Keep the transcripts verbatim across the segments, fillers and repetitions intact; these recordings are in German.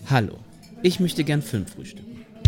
Hallo, ich möchte gern Film frühstücken.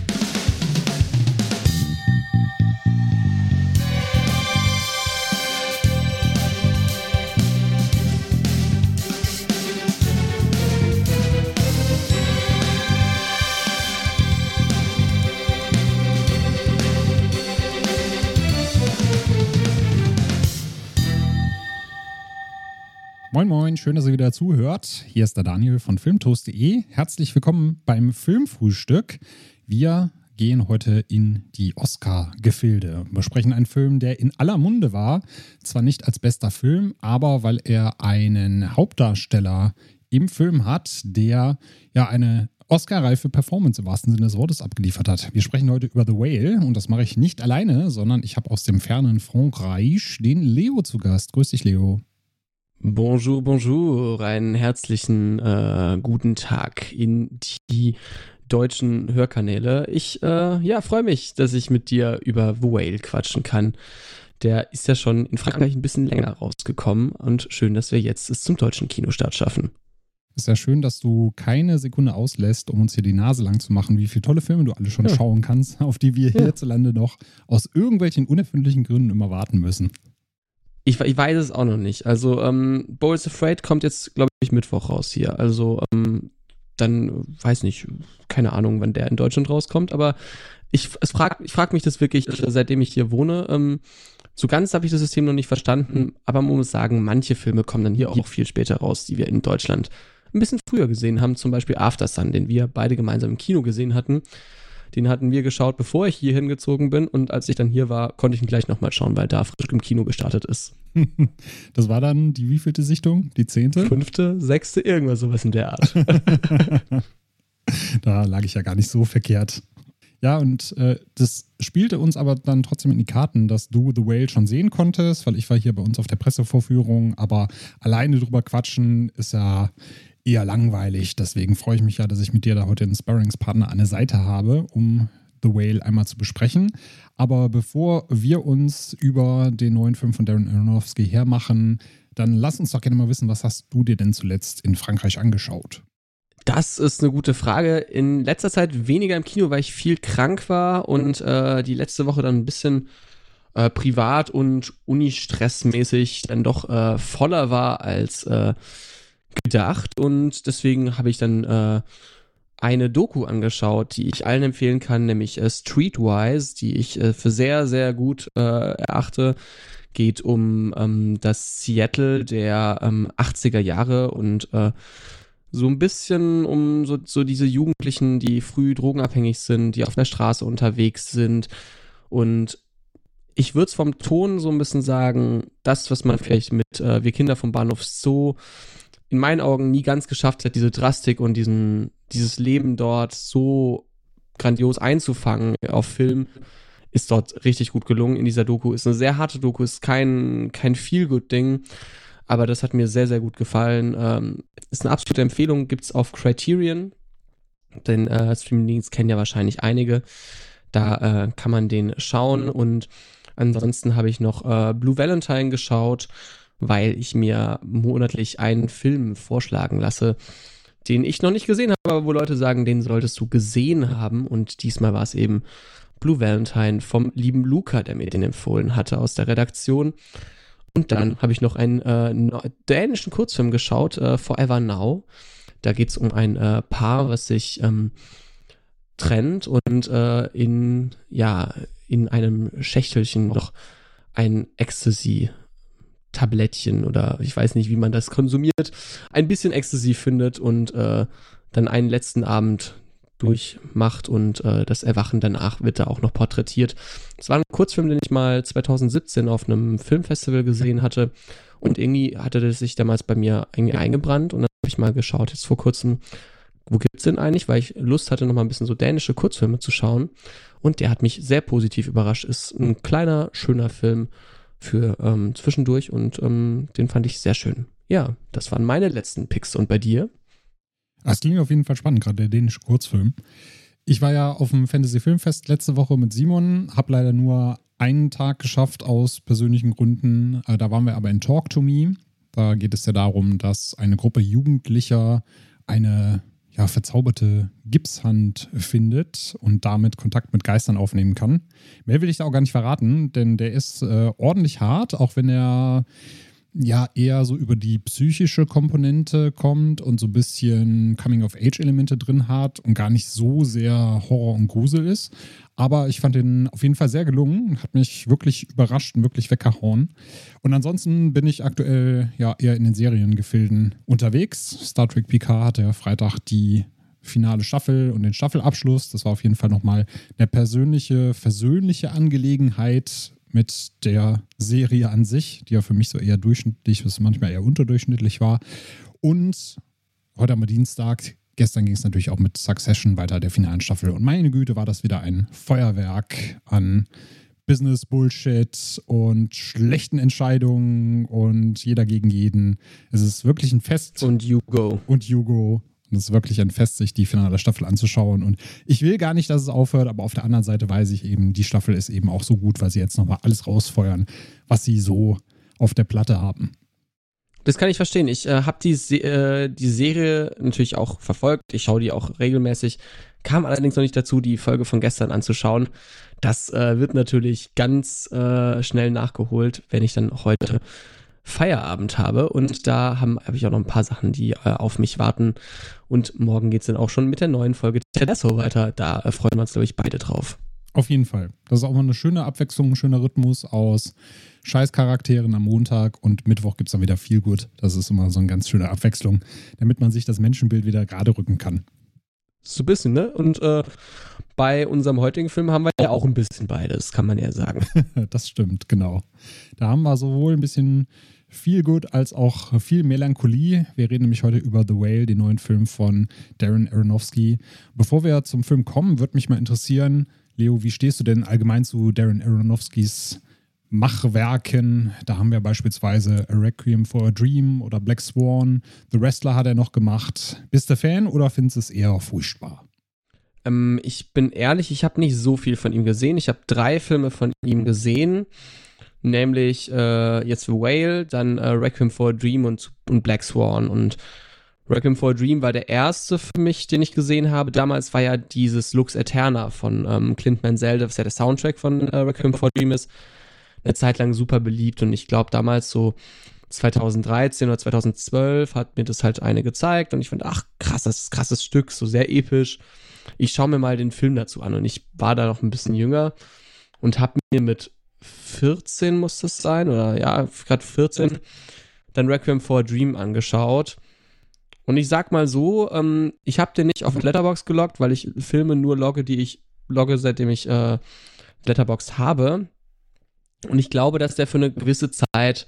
Moin Moin, schön, dass ihr wieder zuhört. Hier ist der Daniel von filmtoast punkt de. Herzlich willkommen beim Filmfrühstück. Wir gehen heute in die Oscar-Gefilde. Wir besprechen einen Film, der in aller Munde war. Zwar nicht als bester Film, aber weil er einen Hauptdarsteller im Film hat, der ja eine Oscar-reife Performance im wahrsten Sinne des Wortes abgeliefert hat. Wir sprechen heute über The Whale und das mache ich nicht alleine, sondern ich habe aus dem fernen Frankreich den Leo zu Gast. Grüß dich, Leo. Bonjour, bonjour, einen herzlichen äh, guten Tag in die deutschen Hörkanäle. Ich äh, ja, freue mich, dass ich mit dir über The Whale quatschen kann. Der ist ja schon in Frankreich ein bisschen länger rausgekommen und schön, dass wir jetzt es zum deutschen Kinostart schaffen. Ist ja schön, dass du keine Sekunde auslässt, um uns hier die Nase lang zu machen, wie viele tolle Filme du alle schon ja. schauen kannst, auf die wir ja. hierzulande noch aus irgendwelchen unerfindlichen Gründen immer warten müssen. Ich, ich weiß es auch noch nicht. Also, ähm, Beau is Afraid kommt jetzt, glaube ich, Mittwoch raus hier. Also, ähm, dann, weiß nicht, keine Ahnung, wann der in Deutschland rauskommt, aber ich, es frag, ich frage mich das wirklich, seitdem ich hier wohne. Ähm, so ganz habe ich das System noch nicht verstanden, aber man muss sagen, manche Filme kommen dann hier auch viel später raus, die wir in Deutschland ein bisschen früher gesehen haben. Zum Beispiel After Sun, den wir beide gemeinsam im Kino gesehen hatten. Den hatten wir geschaut, bevor ich hier hingezogen bin. Und als ich dann hier war, konnte ich ihn gleich nochmal schauen, weil da frisch im Kino gestartet ist. Das war dann die wievielte Sichtung? Die zehnte? Fünfte, sechste, irgendwas sowas in der Art. Da lag ich ja gar nicht so verkehrt. Ja, und äh, das spielte uns aber dann trotzdem in die Karten, dass du The Whale schon sehen konntest, weil ich war hier bei uns auf der Pressevorführung. Aber alleine drüber quatschen ist ja eher langweilig. Deswegen freue ich mich ja, dass ich mit dir da heute einen Sparringspartner an der Seite habe, um The Whale einmal zu besprechen. Aber bevor wir uns über den neuen Film von Darren Aronofsky hermachen, dann lass uns doch gerne mal wissen, was hast du dir denn zuletzt in Frankreich angeschaut? Das ist eine gute Frage. In letzter Zeit weniger im Kino, weil ich viel krank war und äh, die letzte Woche dann ein bisschen äh, privat und Uni-stressmäßig dann doch äh, voller war als äh, gedacht, und deswegen habe ich dann äh, eine Doku angeschaut, die ich allen empfehlen kann, nämlich äh, Streetwise, die ich äh, für sehr, sehr gut äh, erachte. Geht um ähm, das Seattle der ähm, achtziger Jahre und äh, so ein bisschen um so, so diese Jugendlichen, die früh drogenabhängig sind, die auf der Straße unterwegs sind. Und ich würde es vom Ton so ein bisschen sagen, das, was man vielleicht mit äh, Wir Kinder vom Bahnhof Zoo in meinen Augen nie ganz geschafft hat, diese Drastik und diesen, dieses Leben dort so grandios einzufangen auf Film, ist dort richtig gut gelungen in dieser Doku. Ist eine sehr harte Doku, ist kein, kein Feel-Good-Ding, aber das hat mir sehr, sehr gut gefallen. Ähm, ist eine absolute Empfehlung, gibt's auf Criterion, denn äh, Streaming-Dienst kennen ja wahrscheinlich einige. Da äh, kann man den schauen, und ansonsten habe ich noch äh, Blue Valentine geschaut, weil ich mir monatlich einen Film vorschlagen lasse, den ich noch nicht gesehen habe, aber wo Leute sagen, den solltest du gesehen haben. Und diesmal war es eben Blue Valentine vom lieben Luca, der mir den empfohlen hatte aus der Redaktion. Und dann habe ich noch einen äh, dänischen Kurzfilm geschaut, äh, Forever Now. Da geht es um ein äh, Paar, was sich ähm, trennt und äh, in, ja, in einem Schächtelchen noch ein Ecstasy Tablettchen oder ich weiß nicht, wie man das konsumiert, ein bisschen Ecstasy findet und äh, dann einen letzten Abend durchmacht, und äh, das Erwachen danach wird da auch noch porträtiert. Es war ein Kurzfilm, den ich mal zwanzig siebzehn auf einem Filmfestival gesehen hatte, und irgendwie hatte das sich damals bei mir irgendwie eingebrannt, und dann habe ich mal geschaut, jetzt vor kurzem, wo gibt's denn eigentlich, weil ich Lust hatte, noch mal ein bisschen so dänische Kurzfilme zu schauen, und der hat mich sehr positiv überrascht. Ist ein kleiner, schöner Film für ähm, zwischendurch, und ähm, den fand ich sehr schön. Ja, das waren meine letzten Picks. Und bei dir? Das klingt auf jeden Fall spannend, gerade der dänische Kurzfilm. Ich war ja auf dem Fantasy-Filmfest letzte Woche mit Simon, habe leider nur einen Tag geschafft aus persönlichen Gründen. Da waren wir aber in Talk to Me. Da geht es ja darum, dass eine Gruppe Jugendlicher eine ja, verzauberte Gipshand findet und damit Kontakt mit Geistern aufnehmen kann. Mehr will ich da auch gar nicht verraten, denn der ist äh, ordentlich hart, auch wenn er ja eher so über die psychische Komponente kommt und so ein bisschen Coming-of-Age-Elemente drin hat und gar nicht so sehr Horror und Grusel ist. Aber ich fand den auf jeden Fall sehr gelungen, hat mich wirklich überrascht und wirklich weggehauen. Und ansonsten bin ich aktuell ja eher in den Seriengefilden unterwegs. Star Trek Picard hatte ja Freitag die finale Staffel und den Staffelabschluss. Das war auf jeden Fall nochmal eine persönliche, versöhnliche Angelegenheit mit der Serie an sich, die ja für mich so eher durchschnittlich bis manchmal eher unterdurchschnittlich war. Und heute am Dienstag, gestern ging es natürlich auch mit Succession weiter, der finalen Staffel. Und meine Güte, war das wieder ein Feuerwerk an Business-Bullshit und schlechten Entscheidungen und jeder gegen jeden. Es ist wirklich ein Fest. Und Hugo. Und Hugo. Und es ist wirklich ein Fest, sich die finale Staffel anzuschauen. Und ich will gar nicht, dass es aufhört, aber auf der anderen Seite weiß ich eben, die Staffel ist eben auch so gut, weil sie jetzt nochmal alles rausfeuern, was sie so auf der Platte haben. Das kann ich verstehen. Ich äh, habe die, Se- äh, die Serie natürlich auch verfolgt. Ich schaue die auch regelmäßig. Kam allerdings noch nicht dazu, die Folge von gestern anzuschauen. Das äh, wird natürlich ganz äh, schnell nachgeholt, wenn ich dann heute Feierabend habe. Und da habe hab ich auch noch ein paar Sachen, die äh, auf mich warten. Und morgen geht es dann auch schon mit der neuen Folge Ted Lasso weiter. Da äh, freuen wir uns, glaube ich, beide drauf. Auf jeden Fall. Das ist auch mal eine schöne Abwechslung, ein schöner Rhythmus aus Scheißcharakteren am Montag und Mittwoch gibt es dann wieder viel gut. Das ist immer so eine ganz schöne Abwechslung, damit man sich das Menschenbild wieder gerade rücken kann. So ein bisschen, ne? Und äh, bei unserem heutigen Film haben wir ja auch ein bisschen beides, kann man ja sagen. Das stimmt, genau. Da haben wir sowohl ein bisschen viel gut als auch viel Melancholie. Wir reden nämlich heute über The Whale, den neuen Film von Darren Aronofsky. Bevor wir zum Film kommen, würde mich mal interessieren, Leo, wie stehst du denn allgemein zu Darren Aronofskys Machwerken? Da haben wir beispielsweise A Requiem for a Dream oder Black Swan. The Wrestler hat er noch gemacht. Bist du Fan oder findest du es eher furchtbar? Ähm, ich bin ehrlich, ich habe nicht so viel von ihm gesehen. Ich habe drei Filme von ihm gesehen. Nämlich äh, jetzt The Whale, dann äh, Requiem for a Dream und, und Black Swan. Und Requiem for a Dream war der erste für mich, den ich gesehen habe. Damals war ja dieses Lux Aeterna von ähm, Clint Mansell, was ja der Soundtrack von äh, Requiem for a Dream ist, eine Zeit lang super beliebt. Und ich glaube, damals so zwanzig dreizehn oder zwanzig zwölf hat mir das halt eine gezeigt. Und ich fand, ach krass, das ist ein krasses Stück, so sehr episch. Ich schaue mir mal den Film dazu an. Und ich war da noch ein bisschen jünger und habe mir mit vierzehn muss das sein, oder ja, gerade vierzehn, dann Requiem for a Dream angeschaut. Und ich sag mal so, ähm, ich habe den nicht auf Letterboxd geloggt, weil ich Filme nur logge, die ich logge, seitdem ich äh, Letterboxd habe. Und ich glaube, dass der für eine gewisse Zeit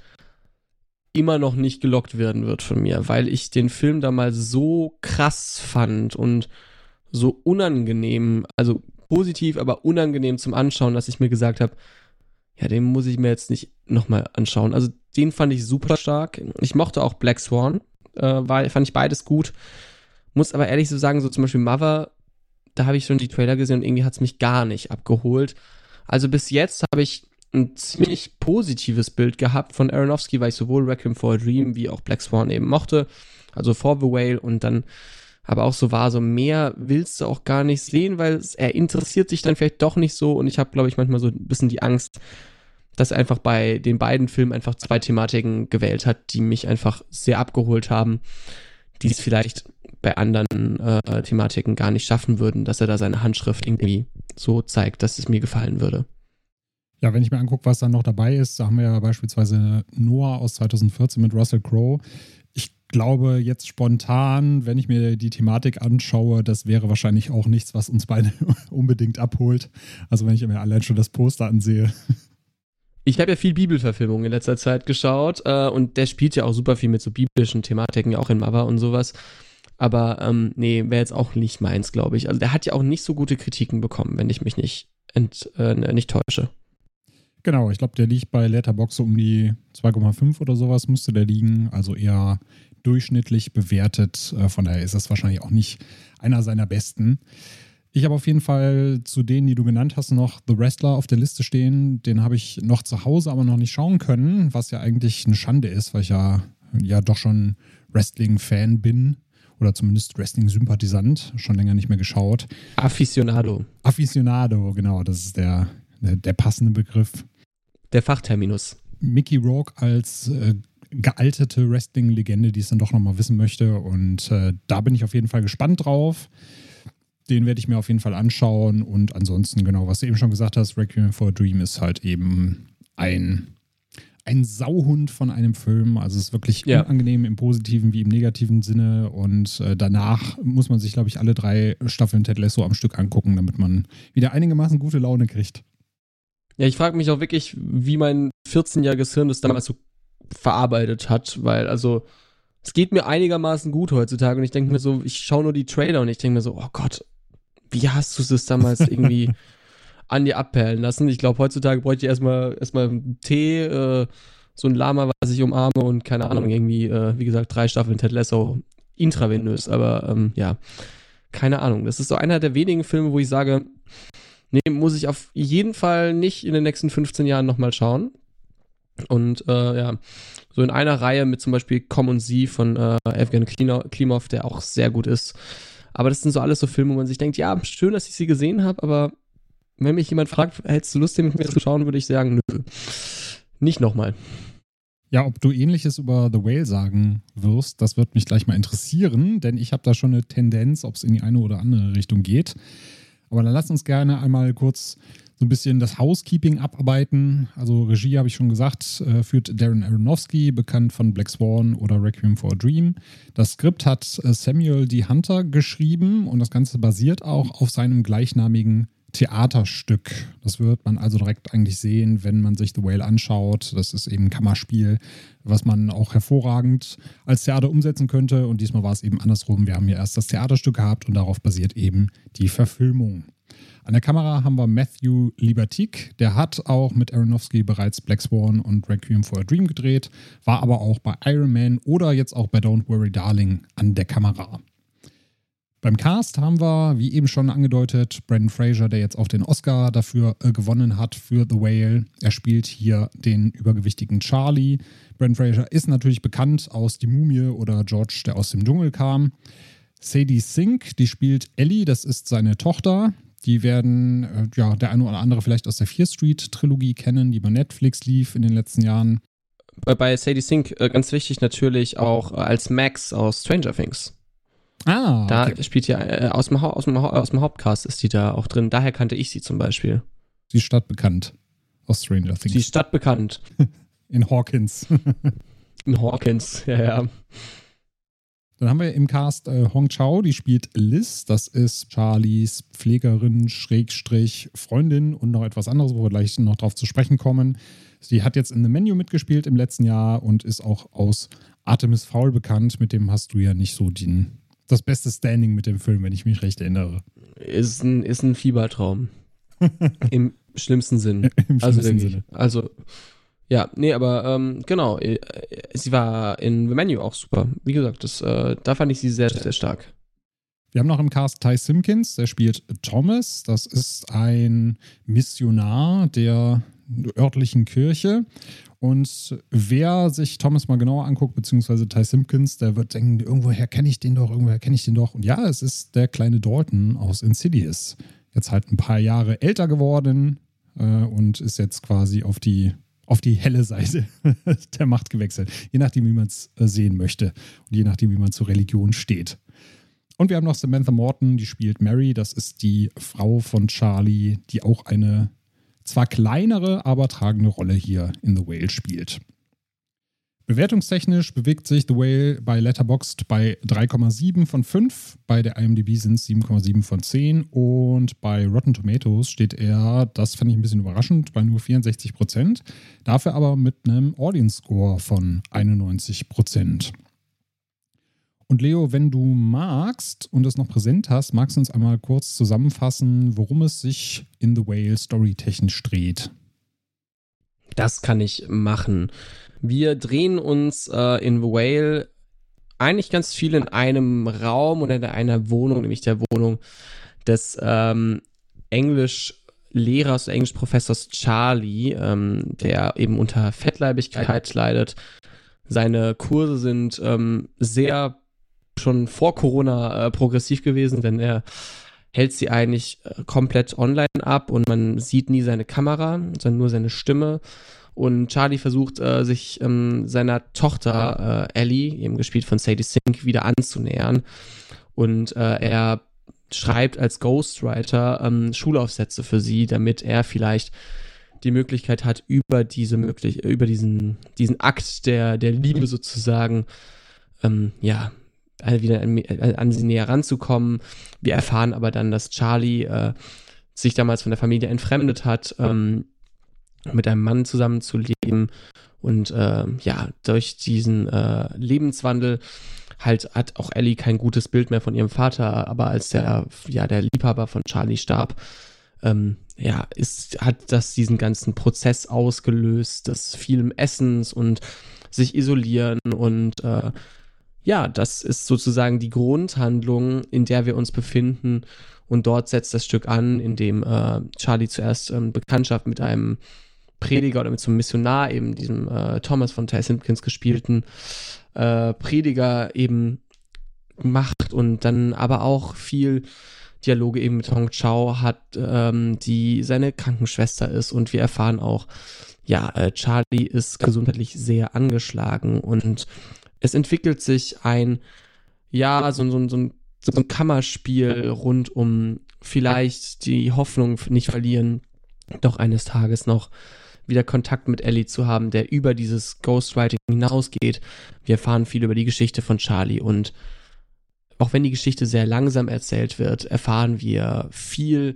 immer noch nicht geloggt werden wird von mir, weil ich den Film damals so krass fand und so unangenehm, also positiv, aber unangenehm zum Anschauen, dass ich mir gesagt habe, ja, den muss ich mir jetzt nicht nochmal anschauen. Also den fand ich super stark. Ich mochte auch Black Swan. Äh, war, fand ich beides gut. Muss aber ehrlich so sagen, so zum Beispiel Mother, da habe ich schon die Trailer gesehen und irgendwie hat es mich gar nicht abgeholt. Also bis jetzt habe ich ein ziemlich positives Bild gehabt von Aronofsky, weil ich sowohl Requiem for a Dream wie auch Black Swan eben mochte. Also For the Whale und dann aber auch so war, so mehr willst du auch gar nicht sehen, weil es, er interessiert sich dann vielleicht doch nicht so und ich habe, glaube ich, manchmal so ein bisschen die Angst, dass er einfach bei den beiden Filmen einfach zwei Thematiken gewählt hat, die mich einfach sehr abgeholt haben, die es vielleicht bei anderen äh, Thematiken gar nicht schaffen würden, dass er da seine Handschrift irgendwie so zeigt, dass es mir gefallen würde. Ja, wenn ich mir angucke, was dann noch dabei ist, da haben wir ja beispielsweise Noah aus zwanzig vierzehn mit Russell Crowe. Ich glaube jetzt spontan, wenn ich mir die Thematik anschaue, das wäre wahrscheinlich auch nichts, was uns beide unbedingt abholt. Also wenn ich mir allein schon das Poster ansehe. Ich habe ja viel Bibelverfilmungen in letzter Zeit geschaut äh, und der spielt ja auch super viel mit so biblischen Thematiken, ja auch in Mother und sowas. Aber ähm, nee, wäre jetzt auch nicht meins, glaube ich. Also der hat ja auch nicht so gute Kritiken bekommen, wenn ich mich nicht, ent, äh, nicht täusche. Genau, ich glaube, der liegt bei Letterboxd so um die zwei Komma fünf oder sowas müsste der liegen. Also eher durchschnittlich bewertet. Äh, von daher ist das wahrscheinlich auch nicht einer seiner besten. Ich habe auf jeden Fall zu denen, die du genannt hast, noch The Wrestler auf der Liste stehen. Den habe ich noch zu Hause, aber noch nicht schauen können, was ja eigentlich eine Schande ist, weil ich ja, ja doch schon Wrestling-Fan bin oder zumindest Wrestling-Sympathisant, schon länger nicht mehr geschaut. Aficionado. Aficionado, genau, das ist der, der, der passende Begriff. Der Fachterminus. Mickey Rourke als äh, gealterte Wrestling-Legende, die es dann doch nochmal wissen möchte. Und äh, da bin ich auf jeden Fall gespannt drauf. Den werde ich mir auf jeden Fall anschauen. Und ansonsten, genau, was du eben schon gesagt hast, Requiem for a Dream ist halt eben ein, ein Sauhund von einem Film. Also es ist wirklich ja. unangenehm im positiven wie im negativen Sinne. Und äh, danach muss man sich, glaube ich, alle drei Staffeln Ted Lasso am Stück angucken, damit man wieder einigermaßen gute Laune kriegt. Ja, ich frage mich auch wirklich, wie mein vierzehnjähriges Hirn das damals so verarbeitet hat, weil also es geht mir einigermaßen gut heutzutage und ich denke mir so, ich schaue nur die Trailer und ich denke mir so, oh Gott, wie hast du es damals irgendwie an dir abperlen lassen? Ich glaube, heutzutage bräuchte ich erstmal erstmal einen Tee, äh, so ein Lama, was ich umarme und keine Ahnung, irgendwie, äh, wie gesagt, drei Staffeln Ted Lasso intravenös, aber ähm, ja, keine Ahnung. Das ist so einer der wenigen Filme, wo ich sage, nee, muss ich auf jeden Fall nicht in den nächsten fünfzehn Jahren nochmal schauen. Und äh, ja, so in einer Reihe mit zum Beispiel Komm und Sie von äh, Evgen Klimov, der auch sehr gut ist. Aber das sind so alles so Filme, wo man sich denkt, ja, schön, dass ich sie gesehen habe, aber wenn mich jemand fragt, hättest du Lust, den mit mir zu schauen, würde ich sagen, nö, nicht nochmal. Ja, ob du Ähnliches über The Whale sagen wirst, das wird mich gleich mal interessieren, denn ich habe da schon eine Tendenz, ob es in die eine oder andere Richtung geht. Aber dann lass uns gerne einmal kurz so ein bisschen das Housekeeping abarbeiten. Also Regie, habe ich schon gesagt, äh, führt Darren Aronofsky, bekannt von Black Swan oder Requiem for a Dream. Das Skript hat äh, Samuel D. Hunter geschrieben und das Ganze basiert auch auf seinem gleichnamigen Theaterstück. Das wird man also direkt eigentlich sehen, wenn man sich The Whale anschaut. Das ist eben ein Kammerspiel, was man auch hervorragend als Theater umsetzen könnte. Und diesmal war es eben andersrum. Wir haben hier erst das Theaterstück gehabt und darauf basiert eben die Verfilmung. An der Kamera haben wir Matthew Libatique. Der hat auch mit Aronofsky bereits Black Swan und Requiem for a Dream gedreht, war aber auch bei Iron Man oder jetzt auch bei Don't Worry Darling an der Kamera. Beim Cast haben wir, wie eben schon angedeutet, Brendan Fraser, der jetzt auch den Oscar dafür äh, gewonnen hat für The Whale. Er spielt hier den übergewichtigen Charlie. Brendan Fraser ist natürlich bekannt aus Die Mumie oder George, der aus dem Dschungel kam. Sadie Sink, die spielt Ellie, das ist seine Tochter. Die werden, äh, ja, der eine oder andere vielleicht aus der Fear Street-Trilogie kennen, die bei Netflix lief in den letzten Jahren. Bei, bei Sadie Sink, äh, ganz wichtig natürlich auch äh, als Max aus Stranger Things. Ah, da okay. spielt ja äh, aus, dem, aus, dem, aus dem Hauptcast ist die da auch drin. Daher kannte ich sie zum Beispiel. Sie ist stadtbekannt aus Stranger Things. Sie ist stadtbekannt. In Hawkins. In Hawkins, ja, ja. Dann haben wir im Cast äh, Hong Chau, die spielt Liz. Das ist Charlies Pflegerin, Schrägstrich, Freundin und noch etwas anderes, wo wir gleich noch drauf zu sprechen kommen. Sie hat jetzt in The Menu mitgespielt im letzten Jahr und ist auch aus Artemis Fowl bekannt. Mit dem hast du ja nicht so den, das beste Standing mit dem Film, wenn ich mich recht erinnere. Ist ein, ist ein Fiebertraum. Im schlimmsten Sinn. Im also schlimmsten wirklich. Sinne. Also, ja, nee, aber ähm, genau. Äh, sie war in The Menu auch super. Wie gesagt, das, äh, da fand ich sie sehr, sehr stark. Wir haben noch im Cast Ty Simpkins, der spielt Thomas. Das ist ein Missionar der örtlichen Kirche. Und wer sich Thomas mal genauer anguckt, beziehungsweise Ty Simpkins, der wird denken, irgendwoher kenne ich den doch, irgendwoher kenne ich den doch. Und ja, es ist der kleine Dalton aus Insidious. Jetzt halt ein paar Jahre älter geworden äh, und ist jetzt quasi auf die, auf die helle Seite der Macht gewechselt. Je nachdem, wie man es äh, sehen möchte und je nachdem, wie man zur Religion steht. Und wir haben noch Samantha Morton, die spielt Mary. Das ist die Frau von Charlie, die auch eine zwar kleinere, aber tragende Rolle hier in The Whale spielt. Bewertungstechnisch bewegt sich The Whale bei Letterboxd bei drei Komma sieben von fünf. Bei der I M D B sind es sieben Komma sieben von zehn. Und bei Rotten Tomatoes steht er, das fand ich ein bisschen überraschend, bei nur vierundsechzig Prozent. Dafür aber mit einem Audience Score von einundneunzig Prozent. Und Leo, wenn du magst und es noch präsent hast, magst du uns einmal kurz zusammenfassen, worum es sich in The Whale storytechnisch dreht? Das kann ich machen. Wir drehen uns äh, in The Whale eigentlich ganz viel in einem Raum oder in einer Wohnung, nämlich der Wohnung des ähm, Englischlehrers, Englischprofessors Charlie, ähm, der eben unter Fettleibigkeit leidet. Seine Kurse sind ähm, sehr schon vor Corona äh, progressiv gewesen, denn er hält sie eigentlich äh, komplett online ab und man sieht nie seine Kamera, sondern nur seine Stimme. Und Charlie versucht, äh, sich ähm, seiner Tochter äh, Ellie, eben gespielt von Sadie Sink, wieder anzunähern. Und äh, er schreibt als Ghostwriter ähm, Schulaufsätze für sie, damit er vielleicht die Möglichkeit hat, über diese möglich über diesen diesen Akt der der Liebe sozusagen ähm, ja wieder an, an sie näher ranzukommen. Wir erfahren aber dann, dass Charlie äh, sich damals von der Familie entfremdet hat, ähm, mit einem Mann zusammenzuleben und äh, ja durch diesen äh, Lebenswandel halt hat auch Ellie kein gutes Bild mehr von ihrem Vater, aber als der ja der Liebhaber von Charlie starb, ähm, ja, ist, hat das diesen ganzen Prozess ausgelöst, des vielen Essens und sich isolieren und äh, ja, das ist sozusagen die Grundhandlung, in der wir uns befinden und dort setzt das Stück an, in dem äh, Charlie zuerst ähm, Bekanntschaft mit einem Prediger oder mit so einem Missionar, eben diesem äh, Thomas von Ty Simpkins gespielten äh, Prediger eben macht und dann aber auch viel Dialoge eben mit Hong Chau hat, ähm, die seine Krankenschwester ist und wir erfahren auch, ja, äh, Charlie ist gesundheitlich sehr angeschlagen und es entwickelt sich ein, ja, so, so, so, ein, so ein Kammerspiel rund um vielleicht die Hoffnung nicht verlieren, doch eines Tages noch wieder Kontakt mit Ellie zu haben, der über dieses Ghostwriting hinausgeht. Wir erfahren viel über die Geschichte von Charlie und auch wenn die Geschichte sehr langsam erzählt wird, erfahren wir viel,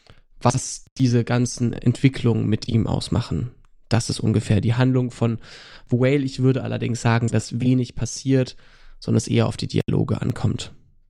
was diese ganzen Entwicklungen mit ihm ausmachen. Das ist ungefähr die Handlung von The Whale. Ich würde allerdings sagen, dass wenig passiert, sondern es eher auf die Dialoge ankommt.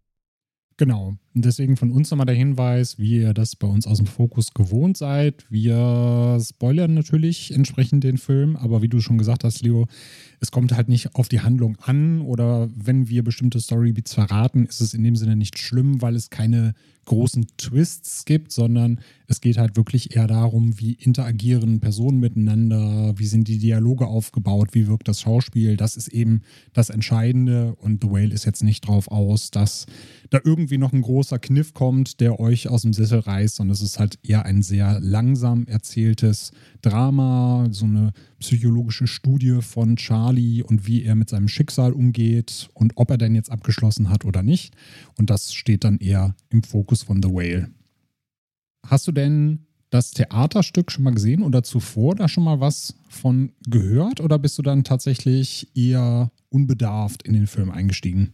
Genau. Und deswegen von uns nochmal der Hinweis, wie ihr das bei uns aus dem Fokus gewohnt seid. Wir spoilern natürlich entsprechend den Film, aber wie du schon gesagt hast, Leo, es kommt halt nicht auf die Handlung an oder wenn wir bestimmte Storybeats verraten, ist es in dem Sinne nicht schlimm, weil es keine großen Twists gibt, sondern es geht halt wirklich eher darum, wie interagieren Personen miteinander, wie sind die Dialoge aufgebaut, wie wirkt das Schauspiel. Das ist eben das Entscheidende und The Whale ist jetzt nicht drauf aus, dass da irgendwie noch ein großer Kniff kommt, der euch aus dem Sessel reißt, sondern es ist halt eher ein sehr langsam erzähltes Drama, so eine psychologische Studie von Charlie und wie er mit seinem Schicksal umgeht und ob er denn jetzt abgeschlossen hat oder nicht. Und das steht dann eher im Fokus von The Whale. Hast du denn das Theaterstück schon mal gesehen oder zuvor da schon mal was von gehört oder bist du dann tatsächlich eher unbedarft in den Film eingestiegen?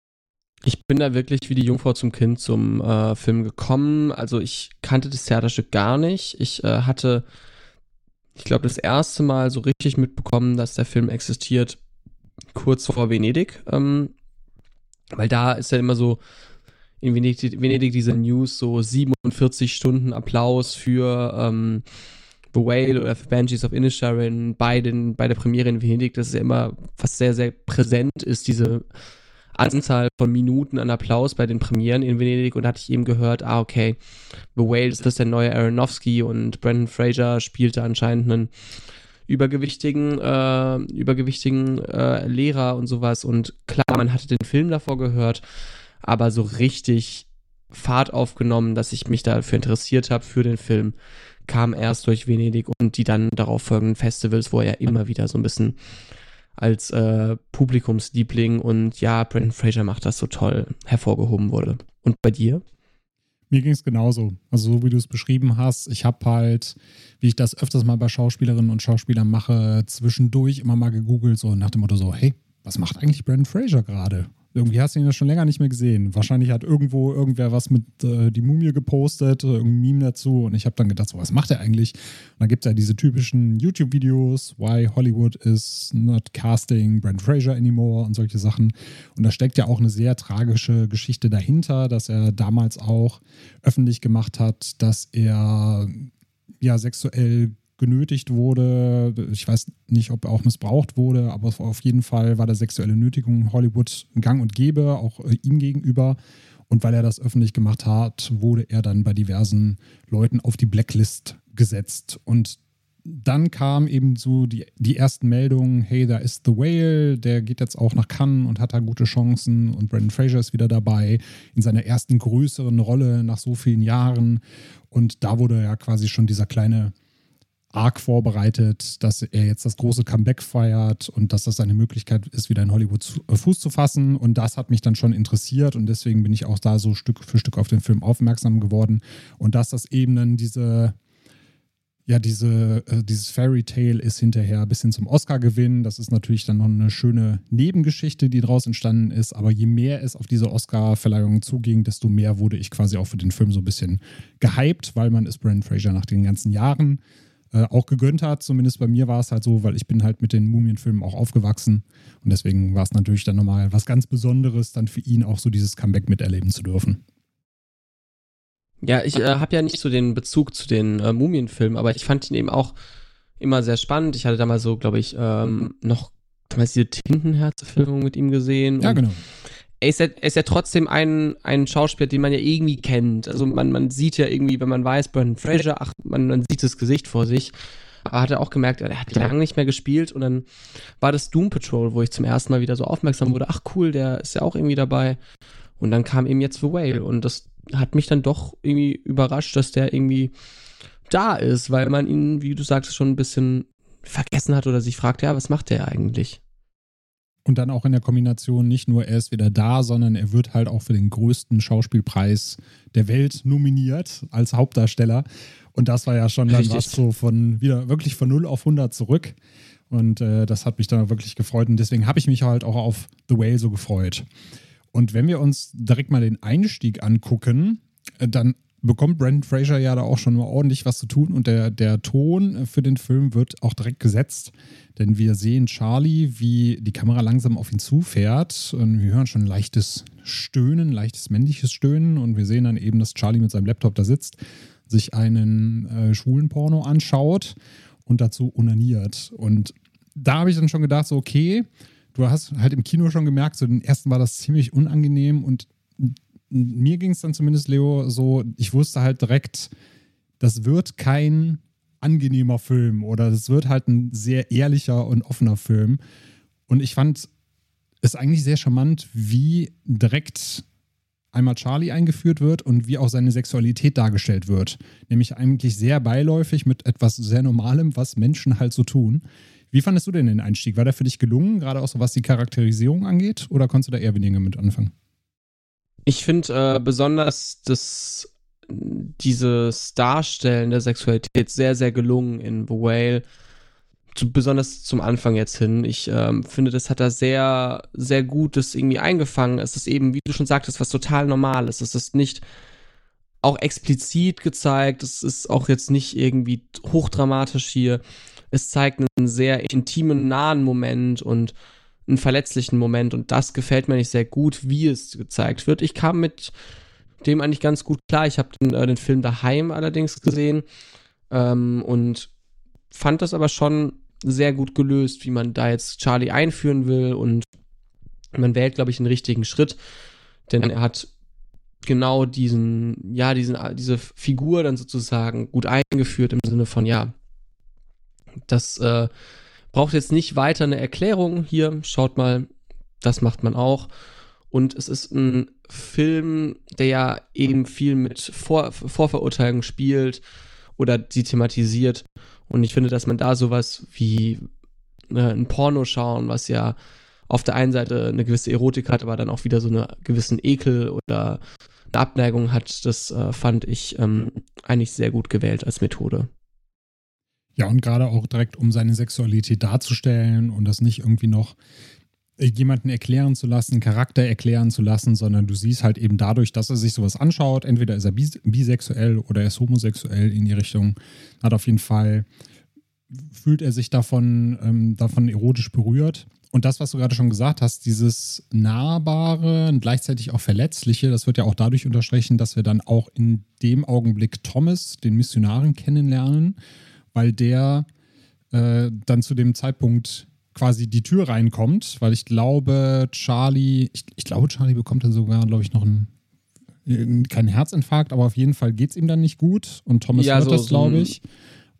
Ich bin da wirklich wie die Jungfrau zum Kind zum äh, Film gekommen. Also ich kannte das Theaterstück gar nicht. Ich äh, hatte, ich glaube, das erste Mal so richtig mitbekommen, dass der Film existiert, kurz vor Venedig. Ähm, weil da ist ja immer so in Venedig, Venedig diese News, so siebenundvierzig Stunden Applaus für ähm, The Whale oder für Banshees of Inisherin bei, den, bei der Premiere in Venedig. Das ist ja immer, was sehr, sehr präsent ist, diese Anzahl von Minuten an Applaus bei den Premieren in Venedig und da hatte ich eben gehört, ah okay, The Whale ist das der neue Aronofsky und Brendan Fraser spielte anscheinend einen übergewichtigen, äh, übergewichtigen äh, Lehrer und sowas und klar, man hatte den Film davor gehört, aber so richtig Fahrt aufgenommen, dass ich mich dafür interessiert habe für den Film, kam erst durch Venedig und die dann darauf folgenden Festivals, wo er ja immer wieder so ein bisschen als äh, Publikumsliebling und ja, Brendan Fraser macht das so toll, hervorgehoben wurde. Und bei dir? Mir ging es genauso. Also so wie du es beschrieben hast, ich habe halt, wie ich das öfters mal bei Schauspielerinnen und Schauspielern mache, zwischendurch immer mal gegoogelt, so nach dem Motto so, hey, was macht eigentlich Brendan Fraser gerade? Irgendwie hast du ihn ja schon länger nicht mehr gesehen. Wahrscheinlich hat irgendwo irgendwer was mit äh, die Mumie gepostet, irgendein Meme dazu. Und ich habe dann gedacht, so, was macht er eigentlich? Und dann gibt es ja diese typischen YouTube-Videos, Why Hollywood is not casting Brendan Fraser anymore und solche Sachen. Und da steckt ja auch eine sehr tragische Geschichte dahinter, dass er damals auch öffentlich gemacht hat, dass er ja sexuell genötigt wurde. Ich weiß nicht, ob er auch missbraucht wurde, aber auf jeden Fall war der sexuelle Nötigung in Hollywood gang und gäbe, auch ihm gegenüber. Und weil er das öffentlich gemacht hat, wurde er dann bei diversen Leuten auf die Blacklist gesetzt. Und dann kam eben so die, die ersten Meldungen, hey, da ist The Whale, der geht jetzt auch nach Cannes und hat da gute Chancen und Brendan Fraser ist wieder dabei in seiner ersten größeren Rolle nach so vielen Jahren und da wurde ja quasi schon dieser kleine Arc vorbereitet, dass er jetzt das große Comeback feiert und dass das eine Möglichkeit ist, wieder in Hollywood zu, äh, Fuß zu fassen. Und das hat mich dann schon interessiert und deswegen bin ich auch da so Stück für Stück auf den Film aufmerksam geworden. Und dass das eben dann diese, ja, diese, äh, dieses Fairy Tale ist hinterher bis hin zum Oscar-Gewinn. Das ist natürlich dann noch eine schöne Nebengeschichte, die daraus entstanden ist. Aber je mehr es auf diese Oscar-Verleihung zuging, desto mehr wurde ich quasi auch für den Film so ein bisschen gehypt, weil man es Brendan Fraser nach den ganzen Jahren Äh, auch gegönnt hat. Zumindest bei mir war es halt so, weil ich bin halt mit den Mumienfilmen auch aufgewachsen und deswegen war es natürlich dann nochmal was ganz Besonderes, dann für ihn auch so dieses Comeback miterleben zu dürfen. Ja, ich äh, habe ja nicht so den Bezug zu den äh, Mumienfilmen, aber ich fand ihn eben auch immer sehr spannend. Ich hatte da mal so, glaube ich, ähm, noch damals diese Tintenherz-Filmung mit ihm gesehen. Ja, genau. Er ist ja, er ist ja trotzdem ein, ein Schauspieler, den man ja irgendwie kennt. Also man, man sieht ja irgendwie, wenn man weiß, Brendan Fraser, ach, man, man sieht das Gesicht vor sich. Aber hat er auch gemerkt, er hat lange nicht mehr gespielt und dann war das Doom Patrol, wo ich zum ersten Mal wieder so aufmerksam wurde. Ach cool, der ist ja auch irgendwie dabei. Und dann kam eben jetzt The Whale und das hat mich dann doch irgendwie überrascht, dass der irgendwie da ist, weil man ihn, wie du sagst, schon ein bisschen vergessen hat oder sich fragt, ja, was macht der eigentlich? Und dann auch in der Kombination nicht nur, er ist wieder da, sondern er wird halt auch für den größten Schauspielpreis der Welt nominiert als Hauptdarsteller. Und das war ja schon dann was so von wieder wirklich von null auf hundert zurück. Und äh, das hat mich dann wirklich gefreut. Und deswegen habe ich mich halt auch auf The Whale so gefreut. Und wenn wir uns direkt mal den Einstieg angucken, äh, dann bekommt Brendan Fraser ja da auch schon mal ordentlich was zu tun und der, der Ton für den Film wird auch direkt gesetzt, denn wir sehen Charlie, wie die Kamera langsam auf ihn zufährt und wir hören schon ein leichtes Stöhnen, leichtes männliches Stöhnen und wir sehen dann eben, dass Charlie mit seinem Laptop da sitzt, sich einen äh, schwulen Porno anschaut und dazu onaniert und da habe ich dann schon gedacht, so okay, du hast halt im Kino schon gemerkt, so den ersten war das ziemlich unangenehm und mir ging es dann zumindest, Leo, so, ich wusste halt direkt, das wird kein angenehmer Film oder das wird halt ein sehr ehrlicher und offener Film. Und ich fand es eigentlich sehr charmant, wie direkt einmal Charlie eingeführt wird und wie auch seine Sexualität dargestellt wird. Nämlich eigentlich sehr beiläufig mit etwas sehr Normalem, was Menschen halt so tun. Wie fandest du denn den Einstieg? War der für dich gelungen, gerade auch so was die Charakterisierung angeht, oder konntest du da eher weniger mit anfangen? Ich finde äh, besonders das, dieses Darstellen der Sexualität sehr, sehr gelungen in The Whale. Zu, besonders zum Anfang jetzt hin. Ich ähm, finde, das hat er sehr, sehr gut das irgendwie eingefangen. Es ist eben, wie du schon sagtest, was total normal ist. Es ist nicht auch explizit gezeigt. Es ist auch jetzt nicht irgendwie hochdramatisch hier. Es zeigt einen sehr intimen, nahen Moment und einen verletzlichen Moment und das gefällt mir nicht sehr gut, wie es gezeigt wird. Ich kam mit dem eigentlich ganz gut klar. Ich habe den, äh, den Film daheim allerdings gesehen ähm, und fand das aber schon sehr gut gelöst, wie man da jetzt Charlie einführen will und man wählt, glaube ich, den richtigen Schritt, denn er hat genau diesen, ja, diesen, diese Figur dann sozusagen gut eingeführt im Sinne von, ja, das äh, braucht jetzt nicht weiter eine Erklärung. Hier, schaut mal, das macht man auch. Und es ist ein Film, der ja eben viel mit Vor- Vorverurteilungen spielt oder sie thematisiert. Und ich finde, dass man da sowas wie äh, ein Porno schauen, was ja auf der einen Seite eine gewisse Erotik hat, aber dann auch wieder so einen gewissen Ekel oder eine Abneigung hat, das äh, fand ich ähm, eigentlich sehr gut gewählt als Methode. Ja, und gerade auch direkt, um seine Sexualität darzustellen und das nicht irgendwie noch jemanden erklären zu lassen, Charakter erklären zu lassen, sondern du siehst halt eben dadurch, dass er sich sowas anschaut, entweder ist er bis- bisexuell oder er ist homosexuell in die Richtung, hat auf jeden Fall, fühlt er sich davon, ähm, davon erotisch berührt. Und das, was du gerade schon gesagt hast, dieses Nahbare und gleichzeitig auch Verletzliche, das wird ja auch dadurch unterstrichen, dass wir dann auch in dem Augenblick Thomas, den Missionaren, kennenlernen, weil der äh, dann zu dem Zeitpunkt quasi die Tür reinkommt, weil ich glaube, Charlie, ich, ich glaube, Charlie bekommt dann sogar, glaube ich, noch einen, keinen Herzinfarkt, aber auf jeden Fall geht es ihm dann nicht gut und Thomas ja, hört so, das, glaube ich. So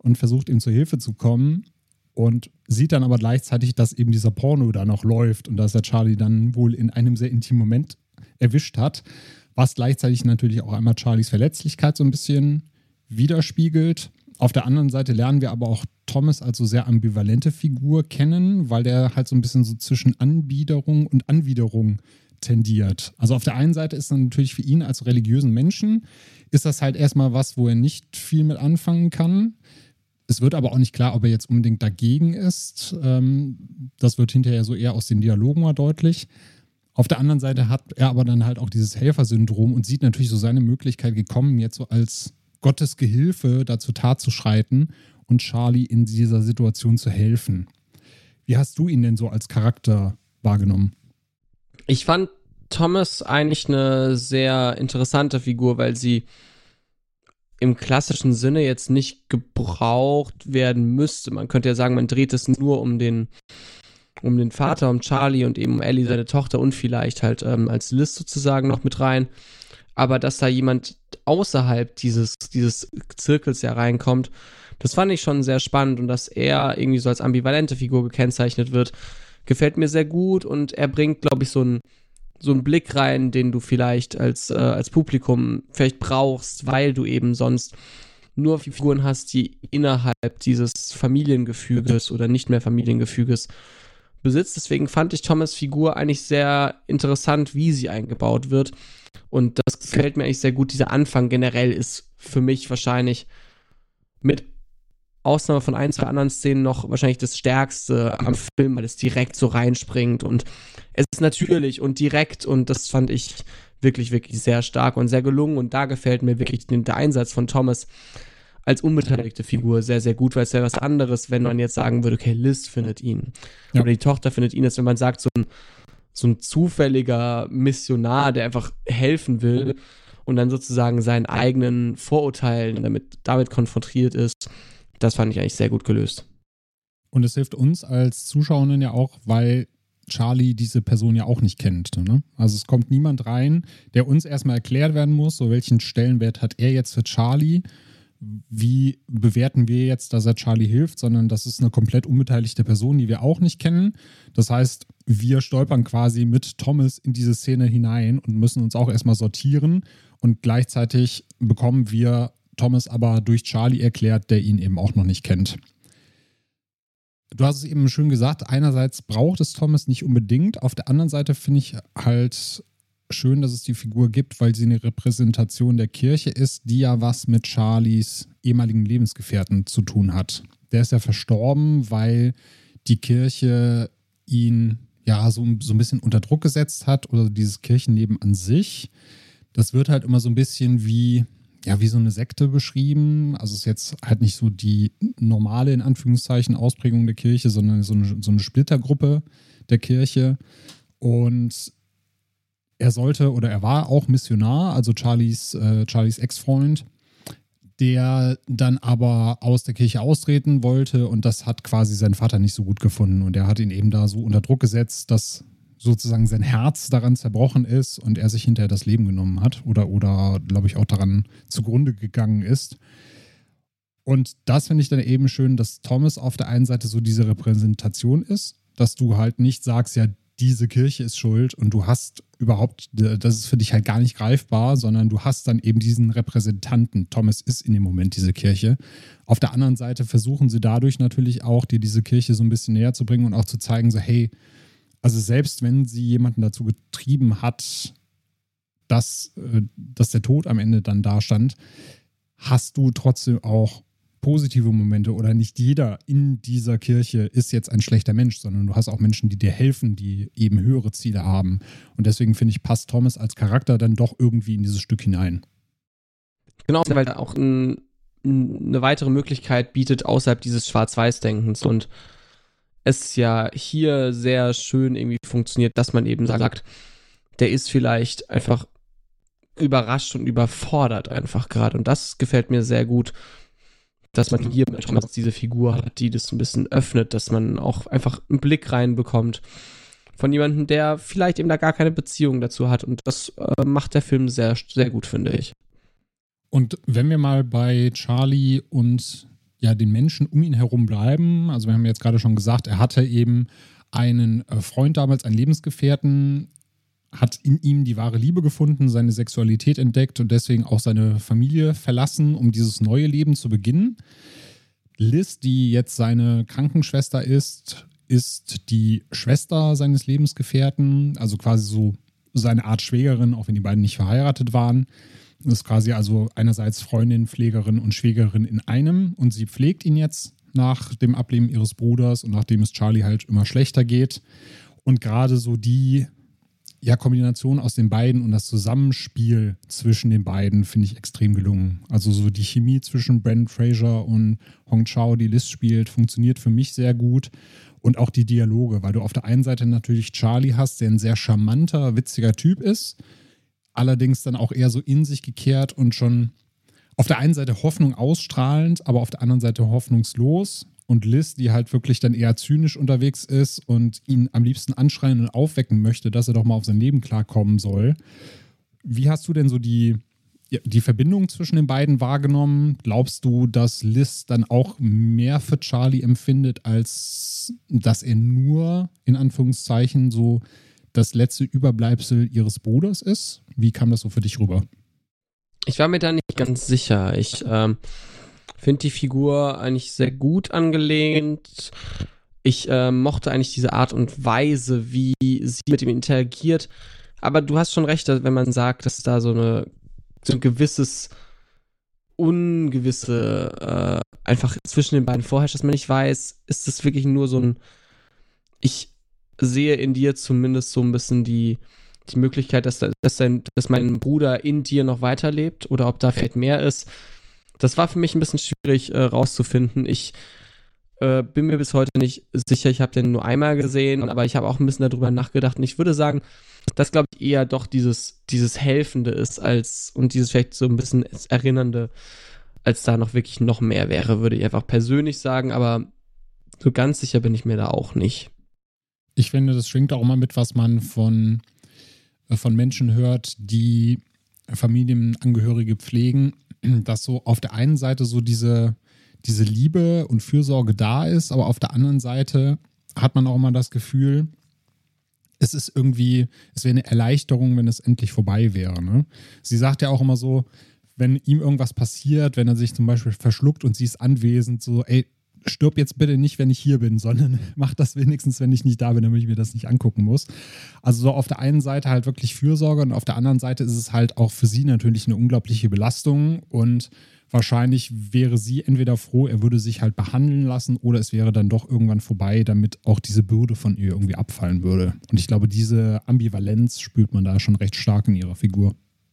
und versucht ihm zur Hilfe zu kommen und sieht dann aber gleichzeitig, dass eben dieser Porno da noch läuft und dass er Charlie dann wohl in einem sehr intimen Moment erwischt hat, was gleichzeitig natürlich auch einmal Charlies Verletzlichkeit so ein bisschen widerspiegelt. Auf der anderen Seite lernen wir aber auch Thomas als so sehr ambivalente Figur kennen, weil der halt so ein bisschen so zwischen Anbiederung und Anwiderung tendiert. Also auf der einen Seite ist dann natürlich für ihn als religiösen Menschen, ist das halt erstmal was, wo er nicht viel mit anfangen kann. Es wird aber auch nicht klar, ob er jetzt unbedingt dagegen ist. Das wird hinterher so eher aus den Dialogen mal deutlich. Auf der anderen Seite hat er aber dann halt auch dieses Helfersyndrom und sieht natürlich so seine Möglichkeit gekommen, jetzt so als Gottes Gehilfe dazu Tat zu schreiten und Charlie in dieser Situation zu helfen. Wie hast du ihn denn so als Charakter wahrgenommen? Ich fand Thomas eigentlich eine sehr interessante Figur, weil sie im klassischen Sinne jetzt nicht gebraucht werden müsste. Man könnte ja sagen, man dreht es nur um den, um den Vater, um Charlie und eben um Ellie, seine Tochter und vielleicht halt ähm, als Liz sozusagen noch mit rein. Aber dass da jemand außerhalb dieses, dieses Zirkels ja reinkommt, das fand ich schon sehr spannend und dass er irgendwie so als ambivalente Figur gekennzeichnet wird, gefällt mir sehr gut und er bringt, glaube ich, so einen so einen Blick rein, den du vielleicht als, äh, als Publikum vielleicht brauchst, weil du eben sonst nur Figuren hast, die innerhalb dieses Familiengefüges oder nicht mehr Familiengefüges besitzt. Deswegen fand ich Thomas' Figur eigentlich sehr interessant, wie sie eingebaut wird. Und das gefällt mir eigentlich sehr gut. Dieser Anfang generell ist für mich wahrscheinlich mit Ausnahme von ein, zwei anderen Szenen noch wahrscheinlich das Stärkste am Film, weil es direkt so reinspringt und es ist natürlich und direkt und das fand ich wirklich, wirklich sehr stark und sehr gelungen und da gefällt mir wirklich der Einsatz von Thomas als unbeteiligte Figur sehr, sehr gut, weil es wäre was anderes, wenn man jetzt sagen würde, okay, Liz findet ihn ja. Oder die Tochter findet ihn, als wenn man sagt, so ein, so ein zufälliger Missionar, der einfach helfen will und dann sozusagen seinen eigenen Vorurteilen damit, damit konfrontiert ist. Das fand ich eigentlich sehr gut gelöst. Und es hilft uns als Zuschauerinnen ja auch, weil Charlie diese Person ja auch nicht kennt. Ne? Also es kommt niemand rein, der uns erstmal erklärt werden muss, so welchen Stellenwert hat er jetzt für Charlie, wie bewerten wir jetzt, dass er Charlie hilft, sondern das ist eine komplett unbeteiligte Person, die wir auch nicht kennen. Das heißt, wir stolpern quasi mit Thomas in diese Szene hinein und müssen uns auch erstmal sortieren und gleichzeitig bekommen wir Thomas aber durch Charlie erklärt, der ihn eben auch noch nicht kennt. Du hast es eben schön gesagt, einerseits braucht es Thomas nicht unbedingt, auf der anderen Seite finde ich halt schön, dass es die Figur gibt, weil sie eine Repräsentation der Kirche ist, die ja was mit Charlies ehemaligen Lebensgefährten zu tun hat. Der ist ja verstorben, weil die Kirche ihn ja so, so ein bisschen unter Druck gesetzt hat oder dieses Kirchenleben an sich. Das wird halt immer so ein bisschen wie ja, wie so eine Sekte beschrieben. Also es ist jetzt halt nicht so die normale, in Anführungszeichen, Ausprägung der Kirche, sondern so eine, so eine Splittergruppe der Kirche. Und er sollte, oder er war auch Missionar, also Charlies, äh, Charlies Ex-Freund, der dann aber aus der Kirche austreten wollte und das hat quasi sein Vater nicht so gut gefunden. Und er hat ihn eben da so unter Druck gesetzt, dass sozusagen sein Herz daran zerbrochen ist und er sich hinterher das Leben genommen hat oder, oder glaube ich, auch daran zugrunde gegangen ist. Und das finde ich dann eben schön, dass Thomas auf der einen Seite so diese Repräsentation ist, dass du halt nicht sagst, ja, diese Kirche ist schuld und du hast überhaupt, das ist für dich halt gar nicht greifbar, sondern du hast dann eben diesen Repräsentanten. Thomas ist in dem Moment diese Kirche. Auf der anderen Seite versuchen sie dadurch natürlich auch, dir diese Kirche so ein bisschen näher zu bringen und auch zu zeigen, so hey, also selbst wenn sie jemanden dazu getrieben hat, dass, dass der Tod am Ende dann da stand, hast du trotzdem auch positive Momente oder nicht jeder in dieser Kirche ist jetzt ein schlechter Mensch, sondern du hast auch Menschen, die dir helfen, die eben höhere Ziele haben. Und deswegen finde ich, passt Thomas als Charakter dann doch irgendwie in dieses Stück hinein. Genau, weil er auch ein, eine weitere Möglichkeit bietet außerhalb dieses Schwarz-Weiß-Denkens und es ja hier sehr schön irgendwie funktioniert, dass man eben sagt, der ist vielleicht einfach überrascht und überfordert einfach gerade. Und das gefällt mir sehr gut, dass man hier mit Thomas diese Figur hat, die das ein bisschen öffnet, dass man auch einfach einen Blick reinbekommt von jemandem, der vielleicht eben da gar keine Beziehung dazu hat. Und das äh, macht der Film sehr, sehr gut, finde ich. Und wenn wir mal bei Charlie und ja, den Menschen um ihn herum bleiben. Also wir haben jetzt gerade schon gesagt, er hatte eben einen Freund damals, einen Lebensgefährten, hat in ihm die wahre Liebe gefunden, seine Sexualität entdeckt und deswegen auch seine Familie verlassen, um dieses neue Leben zu beginnen. Liz, die jetzt seine Krankenschwester ist, ist die Schwester seines Lebensgefährten, also quasi so seine Art Schwägerin, auch wenn die beiden nicht verheiratet waren. Das ist quasi also einerseits Freundin, Pflegerin und Schwägerin in einem und sie pflegt ihn jetzt nach dem Ableben ihres Bruders und nachdem es Charlie halt immer schlechter geht. Und gerade so die ja, Kombination aus den beiden und das Zusammenspiel zwischen den beiden finde ich extrem gelungen. Also so die Chemie zwischen Brendan Fraser und Hong Chau, die Liz spielt, funktioniert für mich sehr gut. Und auch die Dialoge, weil du auf der einen Seite natürlich Charlie hast, der ein sehr charmanter, witziger Typ ist, allerdings dann auch eher so in sich gekehrt und schon auf der einen Seite Hoffnung ausstrahlend, aber auf der anderen Seite hoffnungslos. Und Liz, die halt wirklich dann eher zynisch unterwegs ist und ihn am liebsten anschreien und aufwecken möchte, dass er doch mal auf sein Leben klarkommen soll. Wie hast du denn so die, die Verbindung zwischen den beiden wahrgenommen? Glaubst du, dass Liz dann auch mehr für Charlie empfindet, als dass er nur, in Anführungszeichen, so das letzte Überbleibsel ihres Bruders ist? Wie kam das so für dich rüber? Ich war mir da nicht ganz sicher. Ich ähm, finde die Figur eigentlich sehr gut angelehnt. Ich äh, mochte eigentlich diese Art und Weise, wie sie mit ihm interagiert. Aber du hast schon recht, wenn man sagt, dass da so, eine, so ein gewisses Ungewisse äh, einfach zwischen den beiden vorherrscht, dass man nicht weiß, ist das wirklich nur so ein ich sehe in dir zumindest so ein bisschen die, die Möglichkeit, dass, dass, dein, dass mein Bruder in dir noch weiterlebt oder ob da vielleicht mehr ist. Das war für mich ein bisschen schwierig äh, rauszufinden. Ich äh, bin mir bis heute nicht sicher, ich habe den nur einmal gesehen, aber ich habe auch ein bisschen darüber nachgedacht und ich würde sagen, dass, glaube ich, eher doch dieses, dieses Helfende ist als und dieses vielleicht so ein bisschen Erinnernde, als da noch wirklich noch mehr wäre, würde ich einfach persönlich sagen, aber so ganz sicher bin ich mir da auch nicht. Ich finde, das schwingt auch immer mit, was man von, von Menschen hört, die Familienangehörige pflegen, dass so auf der einen Seite so diese, diese Liebe und Fürsorge da ist, aber auf der anderen Seite hat man auch immer das Gefühl, es ist irgendwie, es wäre eine Erleichterung, wenn es endlich vorbei wäre. Ne? Sie sagt ja auch immer so, wenn ihm irgendwas passiert, wenn er sich zum Beispiel verschluckt und sie ist anwesend, so, ey, stirb jetzt bitte nicht, wenn ich hier bin, sondern mach das wenigstens, wenn ich nicht da bin, damit ich mir das nicht angucken muss. Also so auf der einen Seite halt wirklich Fürsorge und auf der anderen Seite ist es halt auch für sie natürlich eine unglaubliche Belastung und wahrscheinlich wäre sie entweder froh, er würde sich halt behandeln lassen oder es wäre dann doch irgendwann vorbei, damit auch diese Bürde von ihr irgendwie abfallen würde. Und ich glaube, diese Ambivalenz spürt man da schon recht stark in ihrer Figur.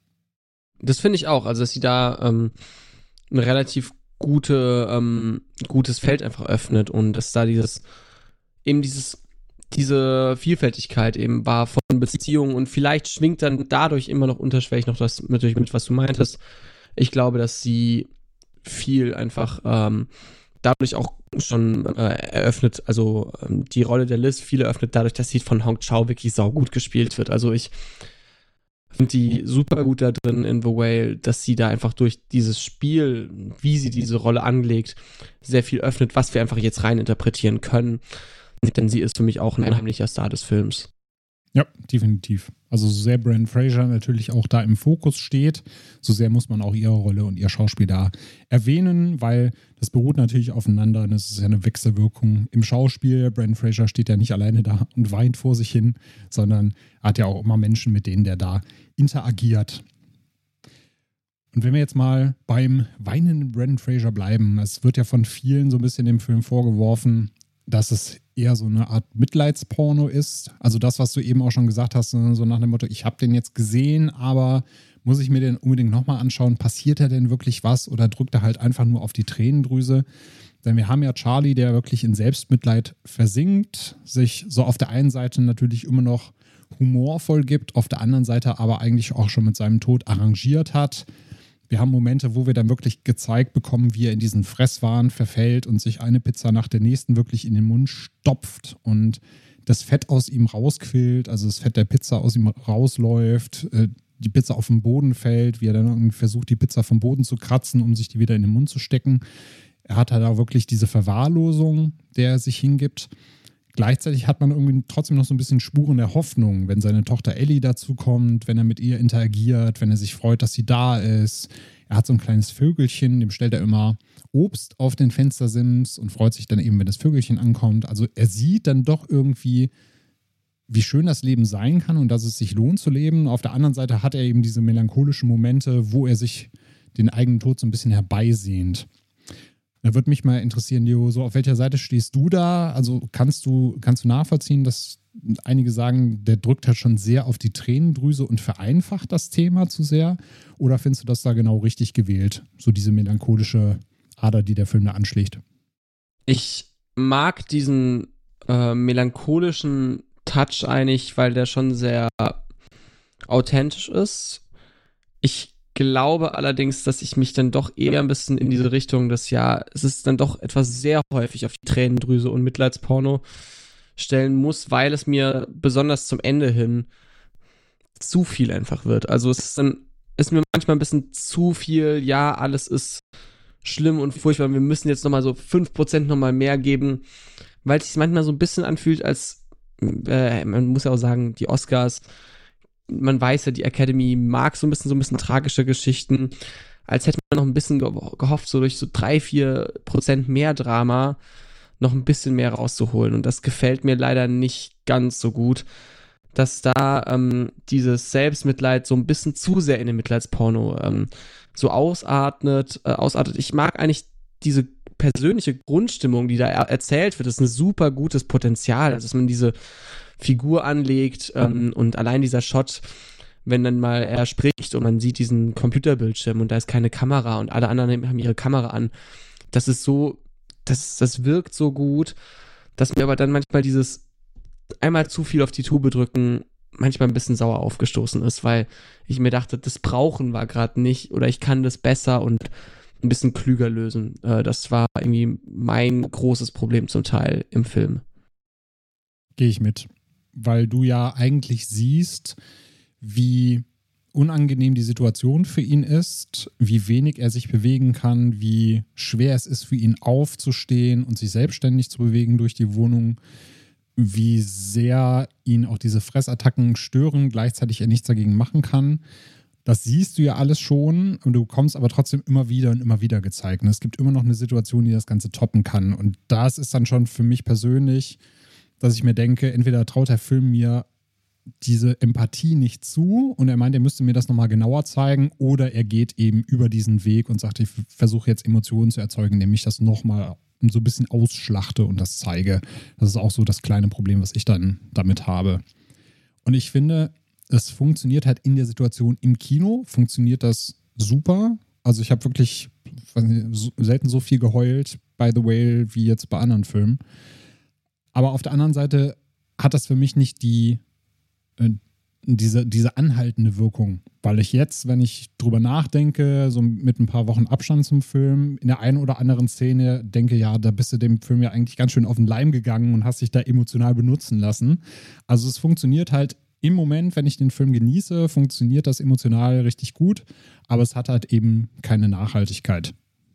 Das finde ich auch, also dass sie da ähm, eine relativ gute, ähm, gutes Feld einfach öffnet und dass da dieses, eben dieses, diese Vielfältigkeit eben war von Beziehungen und vielleicht schwingt dann dadurch immer noch unterschwellig noch das natürlich mit, was du meintest. Ich glaube, dass sie viel einfach ähm, dadurch auch schon äh, eröffnet, also ähm, die Rolle der Liz viel eröffnet dadurch, dass sie von Hong Chau wirklich saugut gespielt wird. Also ich finde die super gut da drin in The Whale, dass sie da einfach durch dieses Spiel, wie sie diese Rolle anlegt, sehr viel öffnet, was wir einfach jetzt rein interpretieren können. Denn sie ist für mich auch ein unheimlicher Star des Films. Ja, definitiv. Also so sehr Brendan Fraser natürlich auch da im Fokus steht, so sehr muss man auch ihre Rolle und ihr Schauspiel da erwähnen, weil das beruht natürlich aufeinander und es ist ja eine Wechselwirkung im Schauspiel. Brendan Fraser steht ja nicht alleine da und weint vor sich hin, sondern hat ja auch immer Menschen, mit denen der da interagiert. Und wenn wir jetzt mal beim weinenden Brendan Fraser bleiben, es wird ja von vielen so ein bisschen dem Film vorgeworfen, dass es eher so eine Art Mitleidsporno ist. Also das, was du eben auch schon gesagt hast, so nach dem Motto, ich habe den jetzt gesehen, aber muss ich mir den unbedingt nochmal anschauen? Passiert da denn wirklich was oder drückt er halt einfach nur auf die Tränendrüse? Denn wir haben ja Charlie, der wirklich in Selbstmitleid versinkt, sich so auf der einen Seite natürlich immer noch humorvoll gibt, auf der anderen Seite aber eigentlich auch schon mit seinem Tod arrangiert hat. Wir haben Momente, wo wir dann wirklich gezeigt bekommen, wie er in diesen Fresswahn verfällt und sich eine Pizza nach der nächsten wirklich in den Mund stopft und das Fett aus ihm rausquillt, also das Fett der Pizza aus ihm rausläuft, die Pizza auf den Boden fällt, wie er dann irgendwie versucht, die Pizza vom Boden zu kratzen, um sich die wieder in den Mund zu stecken. Er hat halt auch wirklich diese Verwahrlosung, der er sich hingibt. Gleichzeitig hat man irgendwie trotzdem noch so ein bisschen Spuren der Hoffnung, wenn seine Tochter Ellie dazukommt, wenn er mit ihr interagiert, wenn er sich freut, dass sie da ist. Er hat so ein kleines Vögelchen, dem stellt er immer Obst auf den Fenstersims und freut sich dann eben, wenn das Vögelchen ankommt. Also er sieht dann doch irgendwie, wie schön das Leben sein kann und dass es sich lohnt zu leben. Auf der anderen Seite hat er eben diese melancholischen Momente, wo er sich den eigenen Tod so ein bisschen herbeisehnt. Da würde mich mal interessieren, Leo, so auf welcher Seite stehst du da? Also kannst du, kannst du nachvollziehen, dass einige sagen, der drückt halt schon sehr auf die Tränendrüse und vereinfacht das Thema zu sehr? Oder findest du das da genau richtig gewählt? So diese melancholische Ader, die der Film da anschlägt. Ich mag diesen äh, melancholischen Touch eigentlich, weil der schon sehr authentisch ist. Ich glaube allerdings, dass ich mich dann doch eher ein bisschen in diese Richtung, dass ja, es ist dann doch etwas sehr häufig auf die Tränendrüse und Mitleidsporno stellen muss, weil es mir besonders zum Ende hin zu viel einfach wird. Also es ist dann, ist mir manchmal ein bisschen zu viel, ja, alles ist schlimm und furchtbar, wir müssen jetzt nochmal so fünf Prozent nochmal mehr geben, weil es sich manchmal so ein bisschen anfühlt, als, äh, man muss ja auch sagen, die Oscars, man weiß ja, die Academy mag so ein bisschen so ein bisschen tragische Geschichten, als hätte man noch ein bisschen gehofft, so durch so drei, vier Prozent mehr Drama noch ein bisschen mehr rauszuholen. Und das gefällt mir leider nicht ganz so gut, dass da ähm, dieses Selbstmitleid so ein bisschen zu sehr in den Mitleidsporno ähm, so ausatmet, äh, ausartet. Ich mag eigentlich diese persönliche Grundstimmung, die da er- erzählt wird. Das ist ein super gutes Potenzial, also dass man diese Figur anlegt ähm, und allein dieser Shot, wenn dann mal er spricht und man sieht diesen Computerbildschirm und da ist keine Kamera und alle anderen haben ihre Kamera an, das ist so, das, das wirkt so gut, dass mir aber dann manchmal dieses einmal zu viel auf die Tube drücken manchmal ein bisschen sauer aufgestoßen ist, weil ich mir dachte, das brauchen wir gerade nicht oder ich kann das besser und ein bisschen klüger lösen. Äh, das war irgendwie mein großes Problem zum Teil im Film. Gehe ich mit. Weil du ja eigentlich siehst, wie unangenehm die Situation für ihn ist, wie wenig er sich bewegen kann, wie schwer es ist für ihn aufzustehen und sich selbstständig zu bewegen durch die Wohnung, wie sehr ihn auch diese Fressattacken stören, gleichzeitig er nichts dagegen machen kann. Das siehst du ja alles schon und du kommst aber trotzdem immer wieder und immer wieder gezeigt. Und es gibt immer noch eine Situation, die das Ganze toppen kann. Und das ist dann schon für mich persönlich, dass ich mir denke, entweder traut der Film mir diese Empathie nicht zu und er meint, er müsste mir das nochmal genauer zeigen oder er geht eben über diesen Weg und sagt, ich versuche jetzt Emotionen zu erzeugen, indem ich das nochmal so ein bisschen ausschlachte und das zeige. Das ist auch so das kleine Problem, was ich dann damit habe. Und ich finde, es funktioniert halt in der Situation im Kino, funktioniert das super. Also ich habe wirklich selten so viel geheult bei The Whale wie jetzt bei anderen Filmen. Aber auf der anderen Seite hat das für mich nicht die, äh, diese, diese anhaltende Wirkung. Weil ich jetzt, wenn ich drüber nachdenke, so mit ein paar Wochen Abstand zum Film, in der einen oder anderen Szene denke, ja, da bist du dem Film ja eigentlich ganz schön auf den Leim gegangen und hast dich da emotional benutzen lassen. Also es funktioniert halt im Moment, wenn ich den Film genieße, funktioniert das emotional richtig gut. Aber es hat halt eben keine Nachhaltigkeit.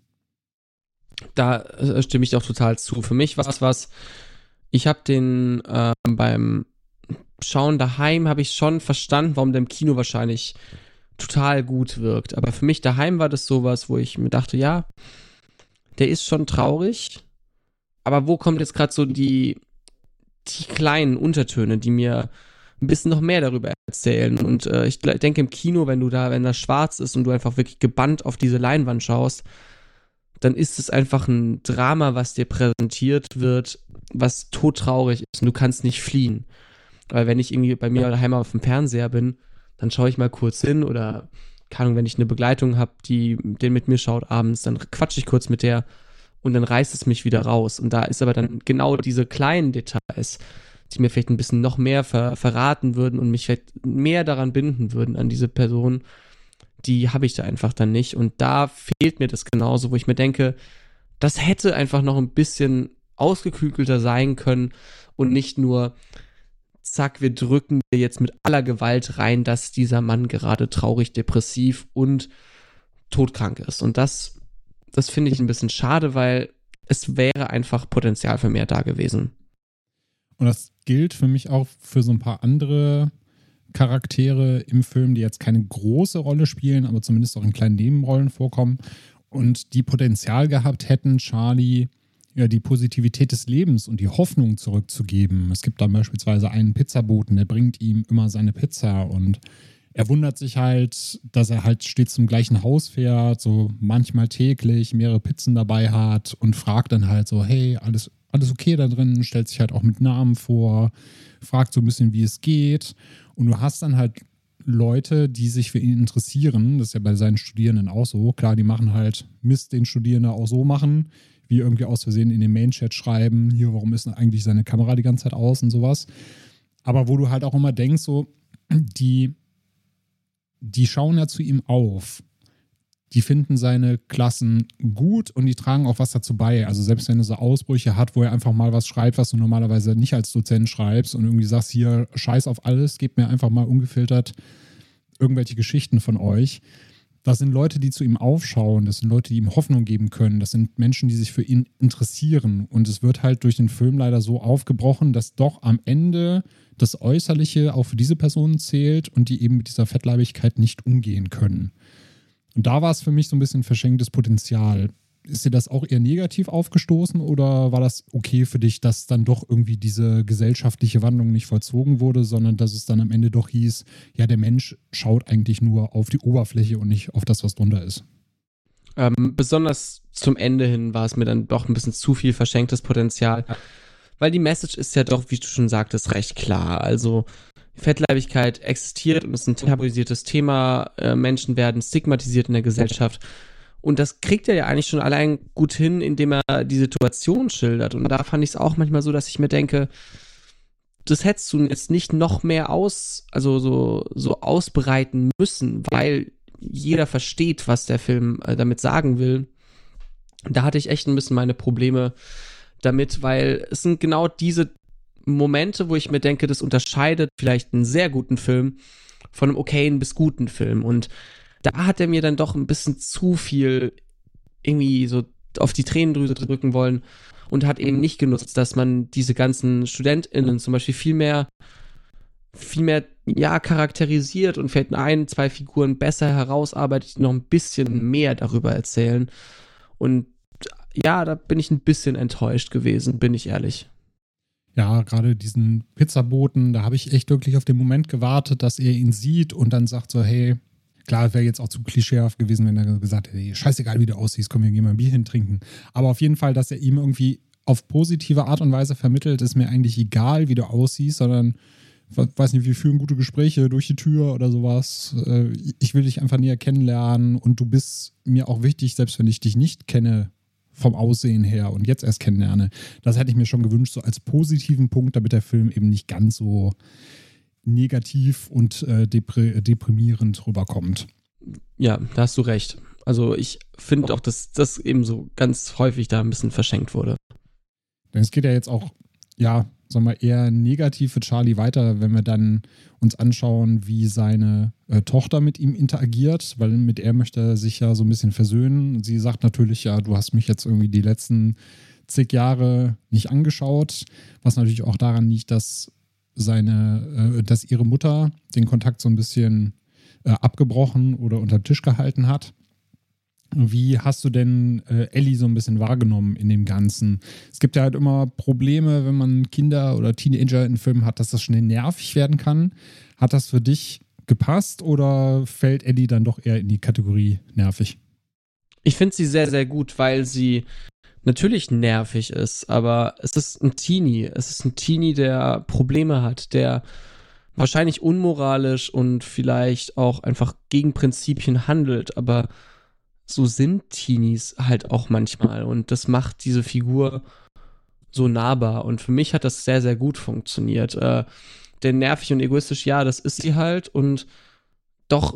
Da äh, stimme ich auch total zu. Für mich war es was, ich habe den äh, beim Schauen daheim habe ich schon verstanden, warum der im Kino wahrscheinlich total gut wirkt. Aber für mich daheim war das sowas, wo ich mir dachte, ja, der ist schon traurig, aber wo kommt jetzt gerade so die, die kleinen Untertöne, die mir ein bisschen noch mehr darüber erzählen. Und äh, ich denke im Kino, wenn du da, wenn das schwarz ist und du einfach wirklich gebannt auf diese Leinwand schaust, dann ist es einfach ein Drama, was dir präsentiert wird, was todtraurig ist und du kannst nicht fliehen. Weil wenn ich irgendwie bei mir daheim auf dem Fernseher bin, dann schaue ich mal kurz hin oder, keine Ahnung, wenn ich eine Begleitung habe, die den mit mir schaut abends, dann quatsche ich kurz mit der und dann reißt es mich wieder raus. Und da ist aber dann genau diese kleinen Details, die mir vielleicht ein bisschen noch mehr ver- verraten würden und mich vielleicht mehr daran binden würden, an diese Person, die habe ich da einfach dann nicht. Und da fehlt mir das genauso, wo ich mir denke, das hätte einfach noch ein bisschen ausgeklügelter sein können und nicht nur zack, wir drücken jetzt mit aller Gewalt rein, dass dieser Mann gerade traurig, depressiv und todkrank ist. Und das das finde ich ein bisschen schade, weil es wäre einfach Potenzial für mehr da gewesen. Und das gilt für mich auch für so ein paar andere Charaktere im Film, die jetzt keine große Rolle spielen, aber zumindest auch in kleinen Nebenrollen vorkommen und die Potenzial gehabt hätten, Charlie ja die Positivität des Lebens und die Hoffnung zurückzugeben. Es gibt da beispielsweise einen Pizzaboten, der bringt ihm immer seine Pizza und er wundert sich halt, dass er halt stets zum gleichen Haus fährt, so manchmal täglich mehrere Pizzen dabei hat und fragt dann halt so, hey, alles, alles okay da drin, stellt sich halt auch mit Namen vor, fragt so ein bisschen, wie es geht. Und du hast dann halt Leute, die sich für ihn interessieren. Das ist ja bei seinen Studierenden auch so. Klar, die machen halt Mist, den Studierenden auch so machen, wie irgendwie aus Versehen in den Main-Chat schreiben, hier, warum ist denn eigentlich seine Kamera die ganze Zeit aus und sowas. Aber wo du halt auch immer denkst, so, die die schauen ja zu ihm auf. Die finden seine Klassen gut und die tragen auch was dazu bei. Also selbst wenn er so Ausbrüche hat, wo er einfach mal was schreibt, was du normalerweise nicht als Dozent schreibst und irgendwie sagst, hier, scheiß auf alles, gebt mir einfach mal ungefiltert irgendwelche Geschichten von euch. Das sind Leute, die zu ihm aufschauen. Das sind Leute, die ihm Hoffnung geben können. Das sind Menschen, die sich für ihn interessieren. Und es wird halt durch den Film leider so aufgebrochen, dass doch am Ende das Äußerliche auch für diese Personen zählt und die eben mit dieser Fettleibigkeit nicht umgehen können. Und da war es für mich so ein bisschen verschenktes Potenzial. Ist dir das auch eher negativ aufgestoßen oder war das okay für dich, dass dann doch irgendwie diese gesellschaftliche Wandlung nicht vollzogen wurde, sondern dass es dann am Ende doch hieß, ja, der Mensch schaut eigentlich nur auf die Oberfläche und nicht auf das, was drunter ist? Ähm, besonders zum Ende hin war es mir dann doch ein bisschen zu viel verschenktes Potenzial. Weil die Message ist ja doch, wie du schon sagtest, recht klar. Also Fettleibigkeit existiert und ist ein tabuisiertes Thema. Äh, Menschen werden stigmatisiert in der Gesellschaft. Und das kriegt er ja eigentlich schon allein gut hin, indem er die Situation schildert. Und da fand ich es auch manchmal so, dass ich mir denke, das hättest du jetzt nicht noch mehr aus, also so, so ausbreiten müssen, weil jeder versteht, was der Film äh, damit sagen will. Da hatte ich echt ein bisschen meine Probleme damit, weil es sind genau diese Momente, wo ich mir denke, das unterscheidet vielleicht einen sehr guten Film von einem okayen bis guten Film. Und da hat er mir dann doch ein bisschen zu viel irgendwie so auf die Tränendrüse drücken wollen und hat eben nicht genutzt, dass man diese ganzen StudentInnen zum Beispiel viel mehr, viel mehr, ja, charakterisiert und vielleicht ein, zwei Figuren besser herausarbeitet, die noch ein bisschen mehr darüber erzählen. Und ja, da bin ich ein bisschen enttäuscht gewesen, bin ich ehrlich. Ja, gerade diesen Pizzaboten, da habe ich echt wirklich auf den Moment gewartet, dass er ihn sieht und dann sagt so, hey, klar, wäre jetzt auch zu klischeehaft gewesen, wenn er gesagt hätte, hey, scheißegal, wie du aussiehst, komm, wir gehen mal ein Bier hintrinken. Aber auf jeden Fall, dass er ihm irgendwie auf positive Art und Weise vermittelt, ist mir eigentlich egal, wie du aussiehst, sondern, weiß nicht, wir führen gute Gespräche durch die Tür oder sowas. Ich will dich einfach näher kennenlernen und du bist mir auch wichtig, selbst wenn ich dich nicht kenne, vom Aussehen her und jetzt erst kennenlerne. Das hätte ich mir schon gewünscht, so als positiven Punkt, damit der Film eben nicht ganz so negativ und äh, depri- deprimierend rüberkommt. Ja, da hast du recht. Also ich finde auch, dass das eben so ganz häufig da ein bisschen verschenkt wurde. Denn es geht ja jetzt auch, ja, sagen wir eher negativ für Charlie weiter, wenn wir dann uns anschauen, wie seine äh, Tochter mit ihm interagiert, weil mit er möchte er sich ja so ein bisschen versöhnen. Sie sagt natürlich, ja, du hast mich jetzt irgendwie die letzten zig Jahre nicht angeschaut, was natürlich auch daran liegt, dass seine, äh, dass ihre Mutter den Kontakt so ein bisschen äh, abgebrochen oder unter den Tisch gehalten hat. Wie hast du denn äh, Ellie so ein bisschen wahrgenommen in dem Ganzen? Es gibt ja halt immer Probleme, wenn man Kinder oder Teenager in Filmen hat, dass das schnell nervig werden kann. Hat das für dich gepasst oder fällt Ellie dann doch eher in die Kategorie nervig? Ich finde sie sehr, sehr gut, weil sie natürlich nervig ist, aber es ist ein Teenie. Es ist ein Teenie, der Probleme hat, der wahrscheinlich unmoralisch und vielleicht auch einfach gegen Prinzipien handelt, aber so sind Teenies halt auch manchmal und das macht diese Figur so nahbar und für mich hat das sehr, sehr gut funktioniert. Äh, denn nervig und egoistisch, ja, das ist sie halt und doch,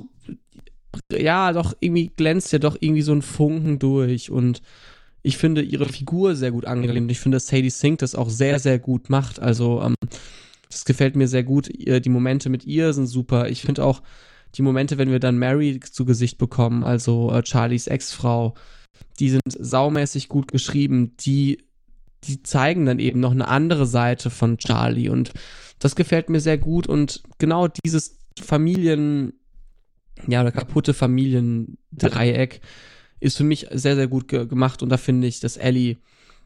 ja, doch irgendwie glänzt ja doch irgendwie so ein Funken durch und ich finde ihre Figur sehr gut angenehm und ich finde, dass Sadie Sink das auch sehr, sehr gut macht. Also ähm, das gefällt mir sehr gut. Die Momente mit ihr sind super. Ich finde auch die Momente, wenn wir dann Mary zu Gesicht bekommen, also äh, Charlies Ex-Frau, die sind saumäßig gut geschrieben, die, die zeigen dann eben noch eine andere Seite von Charlie und das gefällt mir sehr gut und genau dieses Familien, ja, oder kaputte Familiendreieck ist für mich sehr, sehr gut ge- gemacht und da finde ich, dass Ellie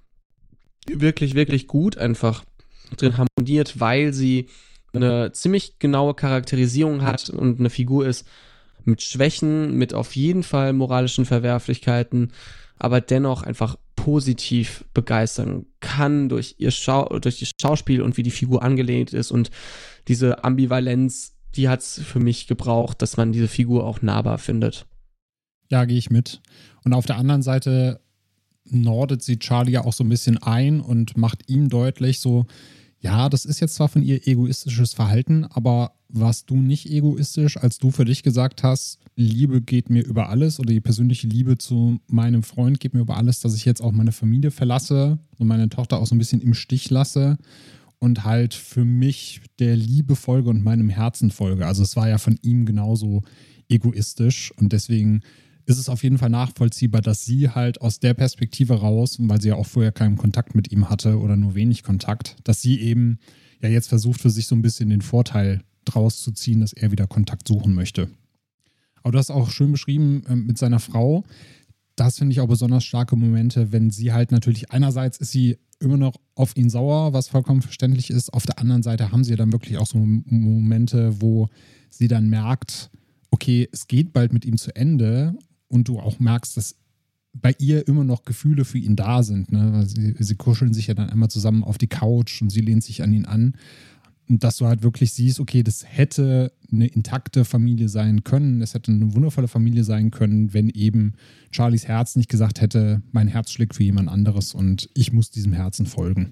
wirklich, wirklich gut einfach drin harmoniert, weil sie eine ziemlich genaue Charakterisierung hat und eine Figur ist mit Schwächen, mit auf jeden Fall moralischen Verwerflichkeiten, aber dennoch einfach positiv begeistern kann durch ihr Schau- durch das Schauspiel und wie die Figur angelehnt ist und diese Ambivalenz, die hat es für mich gebraucht, dass man diese Figur auch nahbar findet. Ja, gehe ich mit. Und auf der anderen Seite nordet sie Charlie ja auch so ein bisschen ein und macht ihm deutlich so, ja, das ist jetzt zwar von ihr egoistisches Verhalten, aber warst du nicht egoistisch, als du für dich gesagt hast, Liebe geht mir über alles oder die persönliche Liebe zu meinem Freund geht mir über alles, dass ich jetzt auch meine Familie verlasse und meine Tochter auch so ein bisschen im Stich lasse und halt für mich der Liebe folge und meinem Herzen folge. Also es war ja von ihm genauso egoistisch und deswegen ist es auf jeden Fall nachvollziehbar, dass sie halt aus der Perspektive raus, weil sie ja auch vorher keinen Kontakt mit ihm hatte oder nur wenig Kontakt, dass sie eben ja jetzt versucht, für sich so ein bisschen den Vorteil draus zu ziehen, dass er wieder Kontakt suchen möchte. Aber du hast auch schön beschrieben äh, mit seiner Frau. Das finde ich auch besonders starke Momente, wenn sie halt natürlich, einerseits ist sie immer noch auf ihn sauer, was vollkommen verständlich ist. Auf der anderen Seite haben sie dann wirklich auch so Momente, wo sie dann merkt, okay, es geht bald mit ihm zu Ende. Und du auch merkst, dass bei ihr immer noch Gefühle für ihn da sind. Ne? Sie, sie kuscheln sich ja dann einmal zusammen auf die Couch und sie lehnt sich an ihn an. Und dass du halt wirklich siehst, okay, das hätte eine intakte Familie sein können, es hätte eine wundervolle Familie sein können, wenn eben Charlies Herz nicht gesagt hätte, mein Herz schlägt für jemand anderes und ich muss diesem Herzen folgen.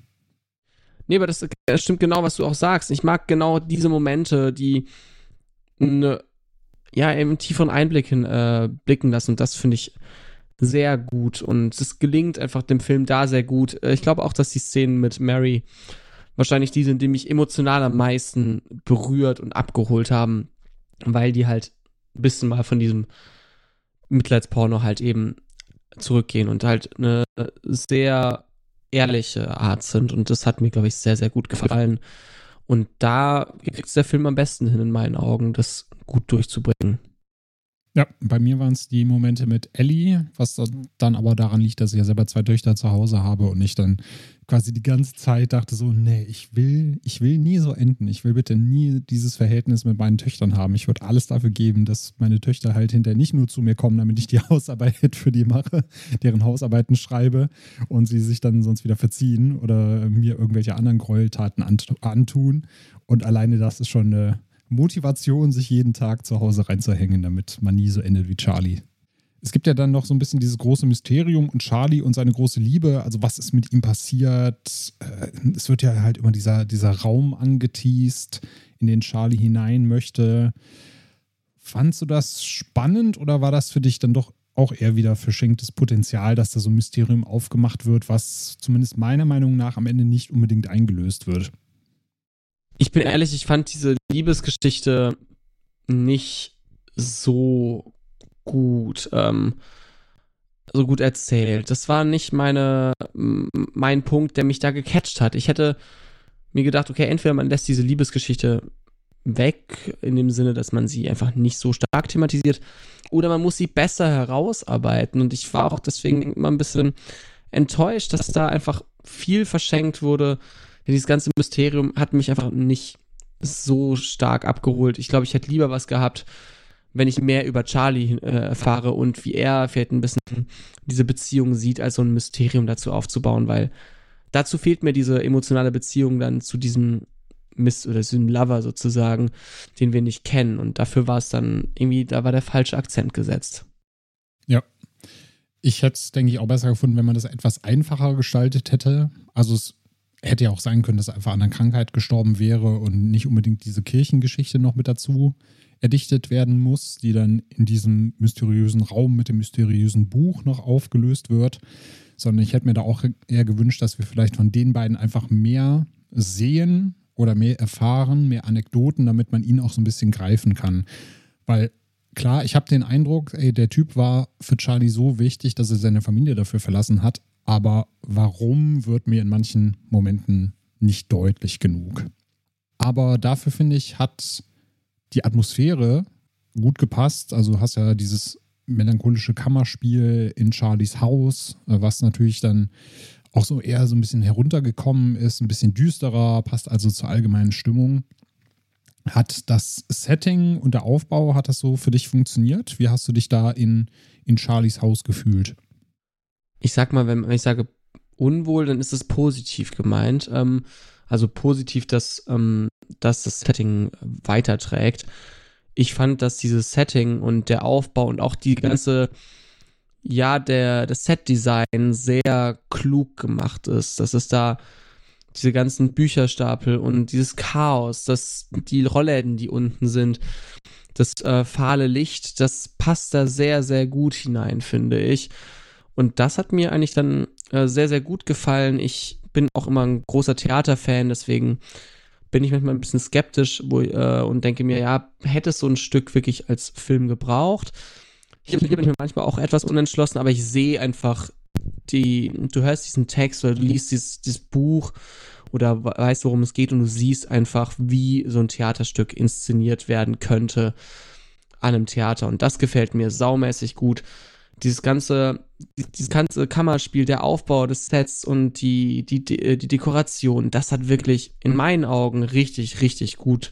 Nee, aber das, das stimmt genau, was du auch sagst. Ich mag genau diese Momente, die eine ja, eben tieferen Einblick hin äh, blicken lassen. Und das finde ich sehr gut. Und es gelingt einfach dem Film da sehr gut. Äh, ich glaube auch, dass die Szenen mit Mary wahrscheinlich die sind, die mich emotional am meisten berührt und abgeholt haben, weil die halt ein bisschen mal von diesem Mitleidsporno halt eben zurückgehen und halt eine sehr ehrliche Art sind. Und das hat mir, glaube ich, sehr, sehr gut gefallen. Und da kriegt der Film am besten hin, in meinen Augen, das gut durchzubringen. Ja, bei mir waren es die Momente mit Ellie, was dann aber daran liegt, dass ich ja selber zwei Töchter zu Hause habe und ich dann quasi die ganze Zeit dachte so, nee, ich will, ich will nie so enden. Ich will bitte nie dieses Verhältnis mit meinen Töchtern haben. Ich würde alles dafür geben, dass meine Töchter halt hinterher nicht nur zu mir kommen, damit ich die Hausarbeit für die mache, deren Hausarbeiten schreibe und sie sich dann sonst wieder verziehen oder mir irgendwelche anderen Gräueltaten antun. Und alleine das ist schon eine Motivation, sich jeden Tag zu Hause reinzuhängen, damit man nie so endet wie Charlie. Es gibt ja dann noch so ein bisschen dieses große Mysterium und Charlie und seine große Liebe, also was ist mit ihm passiert. Es wird ja halt immer dieser, dieser Raum angeteast, in den Charlie hinein möchte. Fandst du das spannend oder war das für dich dann doch auch eher wieder verschenktes Potenzial, dass da so ein Mysterium aufgemacht wird, was zumindest meiner Meinung nach am Ende nicht unbedingt eingelöst wird? Ich bin ehrlich, ich fand diese Liebesgeschichte nicht so gut, ähm, so gut erzählt. Das war nicht meine, mein Punkt, der mich da gecatcht hat. Ich hätte mir gedacht, okay, entweder man lässt diese Liebesgeschichte weg, in dem Sinne, dass man sie einfach nicht so stark thematisiert, oder man muss sie besser herausarbeiten. Und ich war auch deswegen immer ein bisschen enttäuscht, dass da einfach viel verschenkt wurde. Dieses ganze Mysterium hat mich einfach nicht so stark abgeholt. Ich glaube, ich hätte lieber was gehabt, wenn ich mehr über Charlie äh, erfahre und wie er vielleicht ein bisschen diese Beziehung sieht, als so ein Mysterium dazu aufzubauen, weil dazu fehlt mir diese emotionale Beziehung dann zu diesem Mist oder diesem Lover sozusagen, den wir nicht kennen. Und dafür war es dann irgendwie, da war der falsche Akzent gesetzt. Ja. Ich hätte es, denke ich, auch besser gefunden, wenn man das etwas einfacher gestaltet hätte. Also es hätte ja auch sein können, dass er einfach an einer Krankheit gestorben wäre und nicht unbedingt diese Kirchengeschichte noch mit dazu erdichtet werden muss, die dann in diesem mysteriösen Raum mit dem mysteriösen Buch noch aufgelöst wird, sondern ich hätte mir da auch eher gewünscht, dass wir vielleicht von den beiden einfach mehr sehen oder mehr erfahren, mehr Anekdoten, damit man ihn auch so ein bisschen greifen kann. Weil klar, ich habe den Eindruck, ey, der Typ war für Charlie so wichtig, dass er seine Familie dafür verlassen hat. Aber warum, wird mir in manchen Momenten nicht deutlich genug. Aber dafür, finde ich, hat die Atmosphäre gut gepasst. Also du hast ja dieses melancholische Kammerspiel in Charlies Haus, was natürlich dann auch so eher so ein bisschen heruntergekommen ist, ein bisschen düsterer, passt also zur allgemeinen Stimmung. Hat das Setting und der Aufbau, hat das so für dich funktioniert? Wie hast du dich da in, in Charlies Haus gefühlt? Ich sag mal, wenn ich sage unwohl, dann ist es positiv gemeint. Ähm, also positiv, dass, ähm, dass das Setting weiterträgt. Ich fand, dass dieses Setting und der Aufbau und auch die ganze, ja, der, das Set-Design sehr klug gemacht ist. Dass es da diese ganzen Bücherstapel und dieses Chaos, das, die Rollläden, die unten sind, das äh, fahle Licht, das passt da sehr, sehr gut hinein, finde ich. Und das hat mir eigentlich dann äh, sehr, sehr gut gefallen. Ich bin auch immer ein großer Theaterfan, deswegen bin ich manchmal ein bisschen skeptisch wo, äh, und denke mir, ja, hätte es so ein Stück wirklich als Film gebraucht? Hier bin ich mir manchmal auch etwas unentschlossen, aber ich sehe einfach die, du hörst diesen Text oder du liest dieses, dieses Buch oder weißt, worum es geht und du siehst einfach, wie so ein Theaterstück inszeniert werden könnte an einem Theater. Und das gefällt mir saumäßig gut. Dieses ganze, dieses ganze Kammerspiel, der Aufbau des Sets und die, die, die, die Dekoration, das hat wirklich in meinen Augen richtig, richtig gut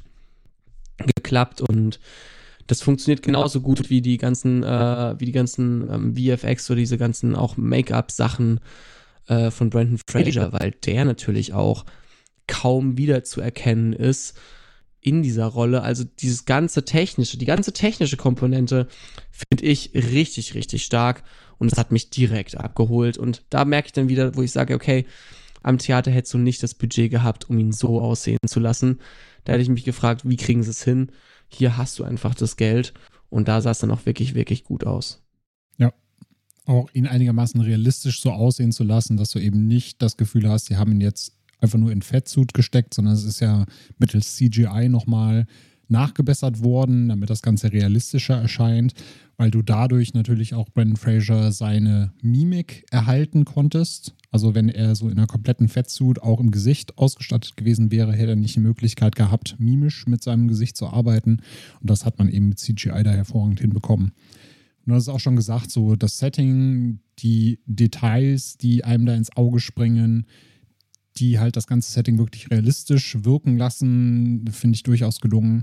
geklappt und das funktioniert genauso gut wie die ganzen, äh, wie die ganzen ähm, V F X oder diese ganzen auch Make-up-Sachen äh, von Brendan Fraser, weil der natürlich auch kaum wiederzuerkennen ist in dieser Rolle. Also dieses ganze technische, die ganze technische Komponente finde ich richtig, richtig stark und es hat mich direkt abgeholt und da merke ich dann wieder, wo ich sage, okay, am Theater hättest du nicht das Budget gehabt, um ihn so aussehen zu lassen. Da hätte ich mich gefragt, wie kriegen sie es hin? Hier hast du einfach das Geld und da sah es dann auch wirklich, wirklich gut aus. Ja, auch ihn einigermaßen realistisch so aussehen zu lassen, dass du eben nicht das Gefühl hast, sie haben ihn jetzt einfach nur in Fettsuit gesteckt, sondern es ist ja mittels C G I nochmal nachgebessert worden, damit das Ganze realistischer erscheint, weil du dadurch natürlich auch Brendan Fraser seine Mimik erhalten konntest. Also wenn er so in einer kompletten Fettsuit auch im Gesicht ausgestattet gewesen wäre, hätte er nicht die Möglichkeit gehabt, mimisch mit seinem Gesicht zu arbeiten. Und das hat man eben mit C G I da hervorragend hinbekommen. Und du hast auch schon gesagt, so das Setting, die Details, die einem da ins Auge springen, die halt das ganze Setting wirklich realistisch wirken lassen, finde ich durchaus gelungen.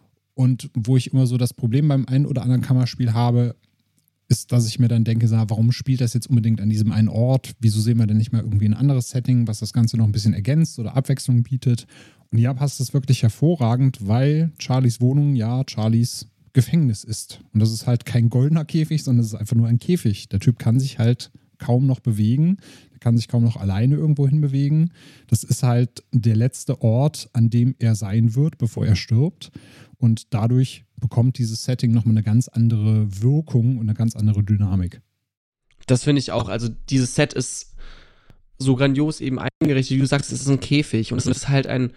Und wo ich immer so das Problem beim einen oder anderen Kammerspiel habe, ist, dass ich mir dann denke, warum spielt das jetzt unbedingt an diesem einen Ort? Wieso sehen wir denn nicht mal irgendwie ein anderes Setting, was das Ganze noch ein bisschen ergänzt oder Abwechslung bietet? Und hier passt das wirklich hervorragend, weil Charlies Wohnung ja Charlies Gefängnis ist. Und das ist halt kein goldener Käfig, sondern es ist einfach nur ein Käfig. Der Typ kann sich halt kaum noch bewegen, der kann sich kaum noch alleine irgendwo hin bewegen. Das ist halt der letzte Ort, an dem er sein wird, bevor er stirbt. Und dadurch bekommt dieses Setting nochmal eine ganz andere Wirkung und eine ganz andere Dynamik. Das finde ich auch. Also dieses Set ist so grandios eben eingerichtet. Wie du sagst, es ist ein Käfig und es ist halt ein,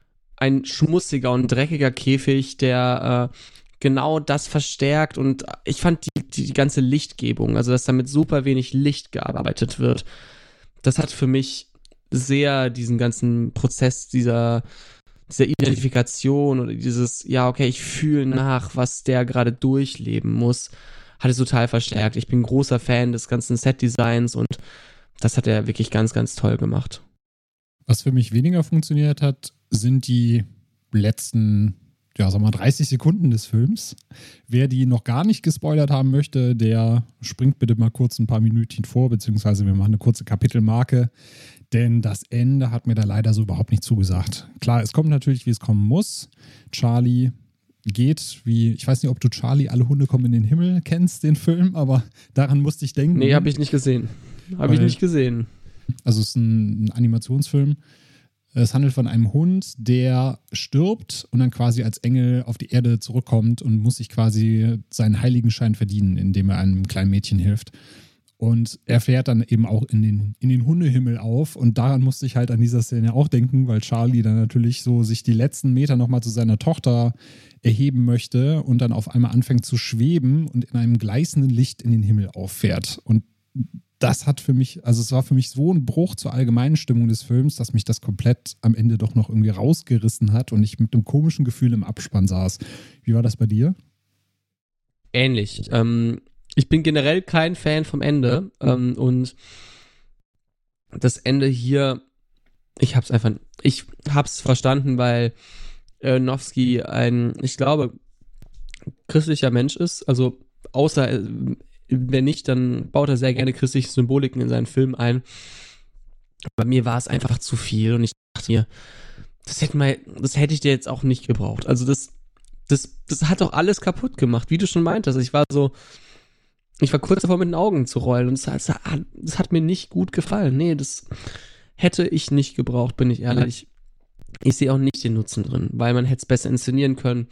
ein schmutziger und dreckiger Käfig, der äh, genau das verstärkt. Und ich fand die, die, die ganze Lichtgebung, also dass da mit super wenig Licht gearbeitet wird, das hat für mich sehr diesen ganzen Prozess dieser dieser Identifikation oder dieses, ja, okay, ich fühle nach, was der gerade durchleben muss, hat es total verstärkt. Ich bin ein großer Fan des ganzen Set-Designs und das hat er wirklich ganz, ganz toll gemacht. Was für mich weniger funktioniert hat, sind die letzten, ja, sag mal, dreißig Sekunden des Films. Wer die noch gar nicht gespoilert haben möchte, der springt bitte mal kurz ein paar Minütchen vor, beziehungsweise wir machen eine kurze Kapitelmarke. Denn das Ende hat mir da leider so überhaupt nicht zugesagt. Klar, es kommt natürlich, wie es kommen muss. Charlie geht wie, ich weiß nicht, ob du Charlie, alle Hunde kommen in den Himmel kennst, den Film, aber daran musste ich denken. Nee, habe ich nicht gesehen. Habe ich nicht gesehen. Also es ist ein, ein Animationsfilm. Es handelt von einem Hund, der stirbt und dann quasi als Engel auf die Erde zurückkommt und muss sich quasi seinen Heiligenschein verdienen, indem er einem kleinen Mädchen hilft. Und er fährt dann eben auch in den, in den Hundehimmel auf. Und daran musste ich halt an dieser Szene auch denken, weil Charlie dann natürlich so sich die letzten Meter nochmal zu seiner Tochter erheben möchte und dann auf einmal anfängt zu schweben und in einem gleißenden Licht in den Himmel auffährt. Und das hat für mich, also es war für mich so ein Bruch zur allgemeinen Stimmung des Films, dass mich das komplett am Ende doch noch irgendwie rausgerissen hat und ich mit einem komischen Gefühl im Abspann saß. Wie war das bei dir? Ähnlich. Ähm, ich bin generell kein Fan vom Ende ähm, und das Ende hier, ich hab's einfach, ich hab's verstanden, weil Aronofsky ein, ich glaube, christlicher Mensch ist, also außer, wenn nicht, dann baut er sehr gerne christliche Symboliken in seinen Film ein. Bei mir war es einfach zu viel und ich dachte mir, das hätte, mal, das hätte ich dir jetzt auch nicht gebraucht. Also das, das, das hat doch alles kaputt gemacht, wie du schon meintest. Ich war so, ich war kurz davor mit den Augen zu rollen und das, das hat mir nicht gut gefallen. Nee, das hätte ich nicht gebraucht, bin ich ehrlich. Ich sehe auch nicht den Nutzen drin, weil man hätte es besser inszenieren können.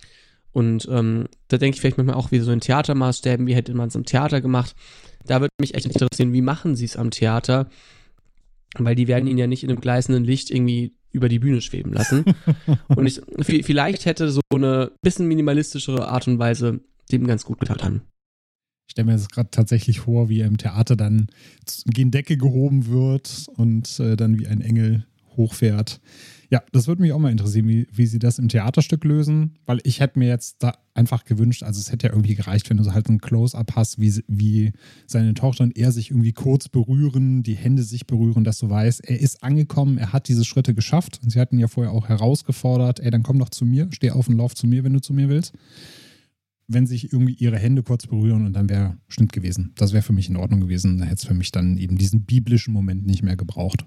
Und ähm, da denke ich vielleicht manchmal auch wie so in Theatermaßstäben, wie hätte man es im Theater gemacht. Da würde mich echt interessieren, wie machen sie es am Theater? Weil die werden ihn ja nicht in einem gleißenden Licht irgendwie über die Bühne schweben lassen. Und ich, vielleicht hätte so eine bisschen minimalistischere Art und Weise dem ganz gut getan. Ich stelle mir das gerade tatsächlich vor, wie er im Theater dann gegen Decke gehoben wird und äh, dann wie ein Engel hochfährt. Ja, das würde mich auch mal interessieren, wie, wie sie das im Theaterstück lösen, weil ich hätte mir jetzt da einfach gewünscht, also es hätte ja irgendwie gereicht, wenn du so halt ein Close-Up hast, wie, wie seine Tochter und er sich irgendwie kurz berühren, die Hände sich berühren, dass du weißt, er ist angekommen, er hat diese Schritte geschafft und sie hatten ja vorher auch herausgefordert, ey, dann komm doch zu mir, steh auf und lauf zu mir, wenn du zu mir willst. Wenn sich irgendwie ihre Hände kurz berühren und dann wäre Schnitt gewesen. Das wäre für mich in Ordnung gewesen, da hätte es für mich dann eben diesen biblischen Moment nicht mehr gebraucht.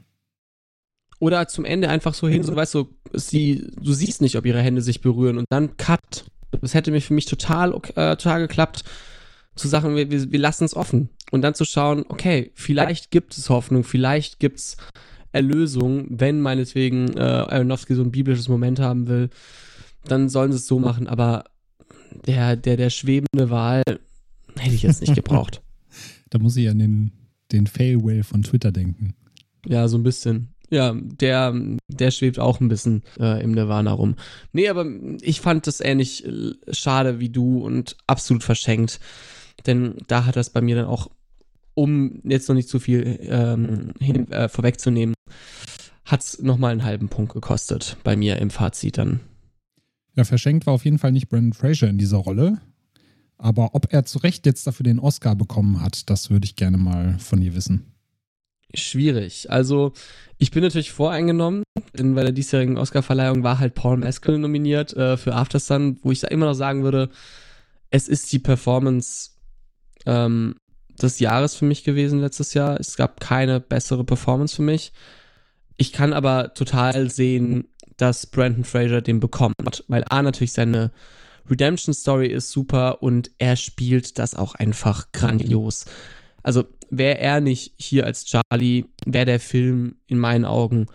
Oder zum Ende einfach so hin, so weißt du, sie, du siehst nicht, ob ihre Hände sich berühren und dann Cut. Das hätte mir für mich total, okay, äh, total geklappt, zu sagen, wir, wir, wir lassen es offen. Und dann zu schauen, okay, vielleicht gibt es Hoffnung, vielleicht gibt es Erlösung, wenn meinetwegen äh, Aronofsky so ein biblisches Moment haben will, dann sollen sie es so machen, aber der, der, der schwebende Wal hätte ich jetzt nicht gebraucht. Da muss ich an den, den Fail-Whale von Twitter denken. Ja, so ein bisschen. Ja, der, der schwebt auch ein bisschen äh, im Nirvana rum. Nee, aber ich fand das ähnlich äh, schade wie du und absolut verschenkt. Denn da hat das bei mir dann auch, um jetzt noch nicht zu viel ähm, hin, äh, vorwegzunehmen, hat es nochmal einen halben Punkt gekostet bei mir im Fazit dann. Ja, verschenkt war auf jeden Fall nicht Brendan Fraser in dieser Rolle. Aber ob er zu Recht jetzt dafür den Oscar bekommen hat, das würde ich gerne mal von dir wissen. Schwierig. Also, ich bin natürlich voreingenommen, denn bei der diesjährigen Oscar-Verleihung war halt Paul Mescal nominiert äh, für Aftersun, wo ich da immer noch sagen würde, es ist die Performance ähm, des Jahres für mich gewesen letztes Jahr. Es gab keine bessere Performance für mich. Ich kann aber total sehen, dass Brendan Fraser den bekommt, weil A, natürlich seine Redemption-Story ist super und er spielt das auch einfach grandios. Also wäre er nicht hier als Charlie, wäre der Film in meinen Augen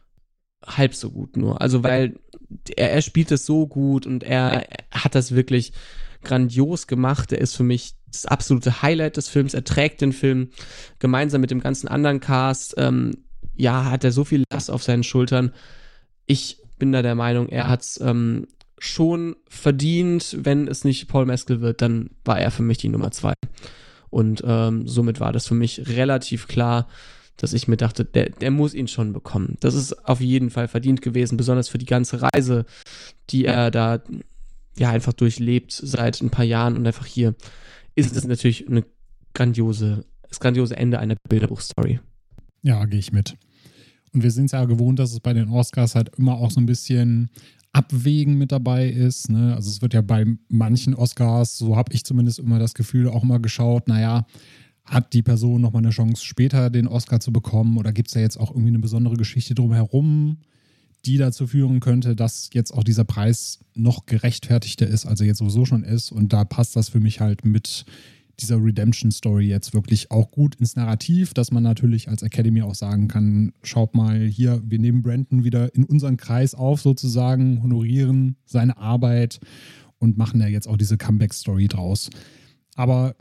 halb so gut nur. Also weil er, er spielt es so gut und er, er hat das wirklich grandios gemacht. Er ist für mich das absolute Highlight des Films. Er trägt den Film gemeinsam mit dem ganzen anderen Cast. Ähm, ja, hat er so viel Last auf seinen Schultern. Ich bin da der Meinung, er hat es ähm, schon verdient. Wenn es nicht Paul Mescal wird, dann war er für mich die Nummer zwei. Und ähm, somit war das für mich relativ klar, dass ich mir dachte, der, der muss ihn schon bekommen. Das ist auf jeden Fall verdient gewesen, besonders für die ganze Reise, die er da ja einfach durchlebt seit ein paar Jahren. Und einfach hier ist es natürlich eine grandiose, das grandiose Ende einer Bilderbuchstory. Ja, gehe ich mit. Und wir sind es ja gewohnt, dass es bei den Oscars halt immer auch so ein bisschen Abwägen mit dabei ist. Ne? Also es wird ja bei manchen Oscars, so habe ich zumindest immer das Gefühl, auch mal geschaut, naja, hat die Person nochmal eine Chance, später den Oscar zu bekommen oder gibt es da jetzt auch irgendwie eine besondere Geschichte drumherum, die dazu führen könnte, dass jetzt auch dieser Preis noch gerechtfertigter ist, als er jetzt sowieso schon ist. Und da passt das für mich halt mit dieser Redemption-Story jetzt wirklich auch gut ins Narrativ, dass man natürlich als Academy auch sagen kann, schaut mal hier, wir nehmen Brandon wieder in unseren Kreis auf sozusagen, honorieren seine Arbeit und machen ja jetzt auch diese Comeback-Story draus. Aber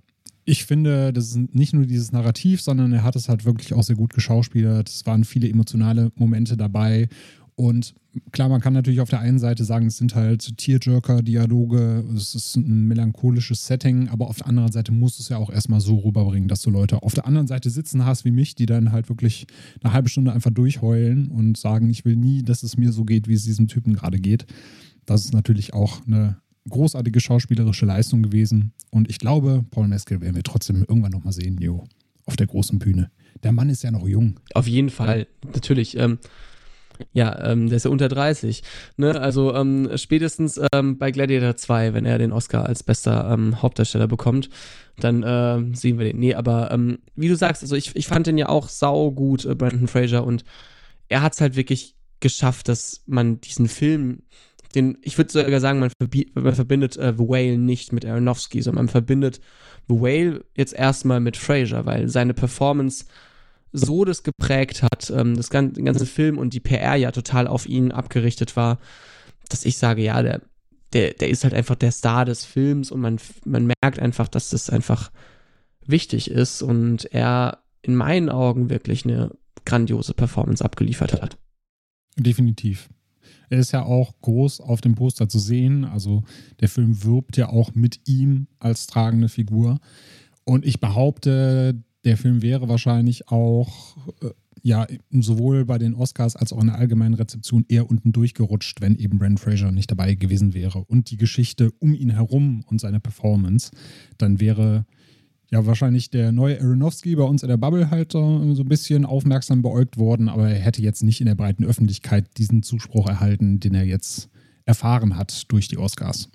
Ich finde, das ist nicht nur dieses Narrativ, sondern er hat es halt wirklich auch sehr gut geschauspielert. Es waren viele emotionale Momente dabei. Und klar, man kann natürlich auf der einen Seite sagen, es sind halt Tearjerker-Dialoge, es ist ein melancholisches Setting, aber auf der anderen Seite musst du es ja auch erstmal so rüberbringen, dass du Leute auf der anderen Seite sitzen hast wie mich, die dann halt wirklich eine halbe Stunde einfach durchheulen und sagen, ich will nie, dass es mir so geht, wie es diesem Typen gerade geht. Das ist natürlich auch eine großartige schauspielerische Leistung gewesen. Und ich glaube, Paul Mescal werden wir trotzdem irgendwann nochmal sehen, jo, auf der großen Bühne. Der Mann ist ja noch jung. Auf jeden Fall, natürlich. Ähm, ja, ähm, der ist ja unter dreißig. Ne? Also ähm, spätestens ähm, bei Gladiator zwei, wenn er den Oscar als bester ähm, Hauptdarsteller bekommt, dann äh, sehen wir den. Nee, aber ähm, wie du sagst, also ich, ich fand den ja auch sau gut, äh, Brendan Fraser, und er hat es halt wirklich geschafft, dass man diesen Film, den, ich würde sogar sagen, man, verbi- man verbindet äh, The Whale nicht mit Aronofsky, sondern man verbindet The Whale jetzt erstmal mit Fraser, weil seine Performance so das geprägt hat, ähm, das ganze, den ganzen Film und die P R ja total auf ihn abgerichtet war, dass ich sage, ja, der, der, der ist halt einfach der Star des Films und man, man merkt einfach, dass das einfach wichtig ist und er in meinen Augen wirklich eine grandiose Performance abgeliefert hat. Definitiv. Er ist ja auch groß auf dem Poster zu sehen, also der Film wirbt ja auch mit ihm als tragende Figur und ich behaupte, der Film wäre wahrscheinlich auch äh, ja sowohl bei den Oscars als auch in der allgemeinen Rezeption eher unten durchgerutscht, wenn eben Brendan Fraser nicht dabei gewesen wäre. Und die Geschichte um ihn herum und seine Performance, dann wäre ja wahrscheinlich der neue Aronofsky bei uns in der Bubble halt so, so ein bisschen aufmerksam beäugt worden, aber er hätte jetzt nicht in der breiten Öffentlichkeit diesen Zuspruch erhalten, den er jetzt erfahren hat durch die Oscars.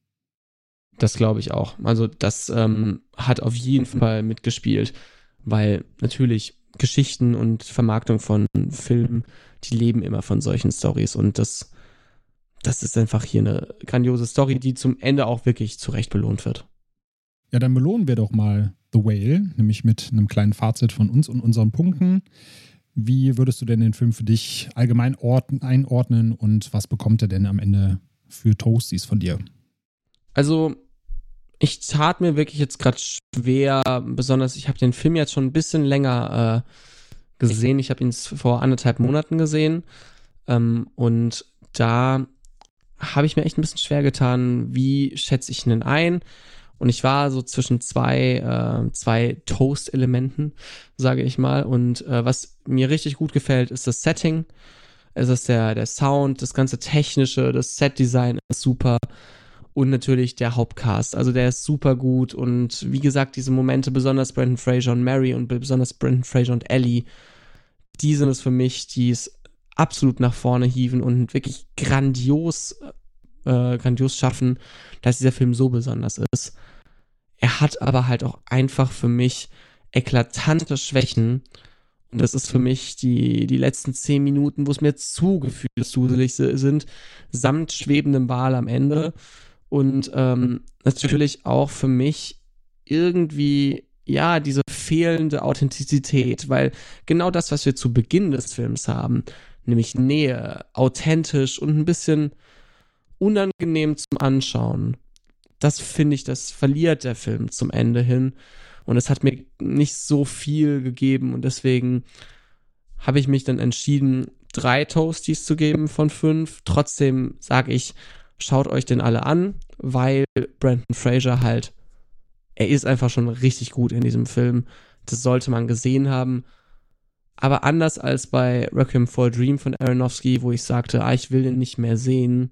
Das glaube ich auch. Also das ähm, hat auf jeden Fall mitgespielt, weil natürlich Geschichten und Vermarktung von Filmen, die leben immer von solchen Storys und das, das ist einfach hier eine grandiose Story, die zum Ende auch wirklich zu Recht belohnt wird. Ja, dann belohnen wir doch mal The Whale, nämlich mit einem kleinen Fazit von uns und unseren Punkten. Wie würdest du denn den Film für dich allgemein orten, einordnen und was bekommt er denn am Ende für Toasties von dir? Also ich tat mir wirklich jetzt gerade schwer, besonders ich habe den Film jetzt schon ein bisschen länger äh, gesehen. Ich habe ihn vor anderthalb Monaten gesehen ähm, und da habe ich mir echt ein bisschen schwer getan, wie schätze ich ihn denn ein? Und ich war so zwischen zwei, äh, zwei Toast-Elementen, sage ich mal. Und äh, was mir richtig gut gefällt, ist das Setting. Es ist der, der Sound, das ganze Technische, das Set-Design ist super. Und natürlich der Hauptcast. Also der ist super gut. Und wie gesagt, diese Momente, besonders Brendan Fraser und Mary und besonders Brendan Fraser und Ellie, die sind es für mich, die es absolut nach vorne hieven und wirklich grandios, äh, grandios schaffen, dass dieser Film so besonders ist. Er hat aber halt auch einfach für mich eklatante Schwächen. Und das ist für mich die, die letzten zehn Minuten, wo es mir zu gefühlsduselig sind, samt schwebendem Wal am Ende. Und ähm, natürlich auch für mich irgendwie, ja, diese fehlende Authentizität, weil genau das, was wir zu Beginn des Films haben, nämlich Nähe, authentisch und ein bisschen unangenehm zum Anschauen, das finde ich, das verliert der Film zum Ende hin. Und es hat mir nicht so viel gegeben und deswegen habe ich mich dann entschieden, drei Toasties zu geben von fünf. Trotzdem sage ich, schaut euch den alle an, weil Brendan Fraser halt, er ist einfach schon richtig gut in diesem Film. Das sollte man gesehen haben. Aber anders als bei Requiem for a Dream von Aronofsky, wo ich sagte, ah, ich will den nicht mehr sehen,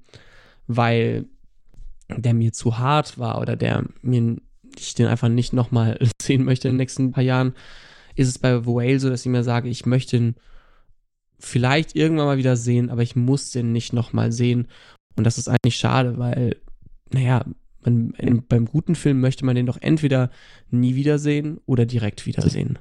weil der mir zu hart war oder der mir ich den einfach nicht nochmal sehen möchte in den nächsten paar Jahren, ist es bei The Whale so, dass ich mir sage, ich möchte ihn vielleicht irgendwann mal wieder sehen, aber ich muss den nicht nochmal sehen. Und das ist eigentlich schade, weil, naja, man, in, beim guten Film möchte man den doch entweder nie wiedersehen oder direkt wiedersehen.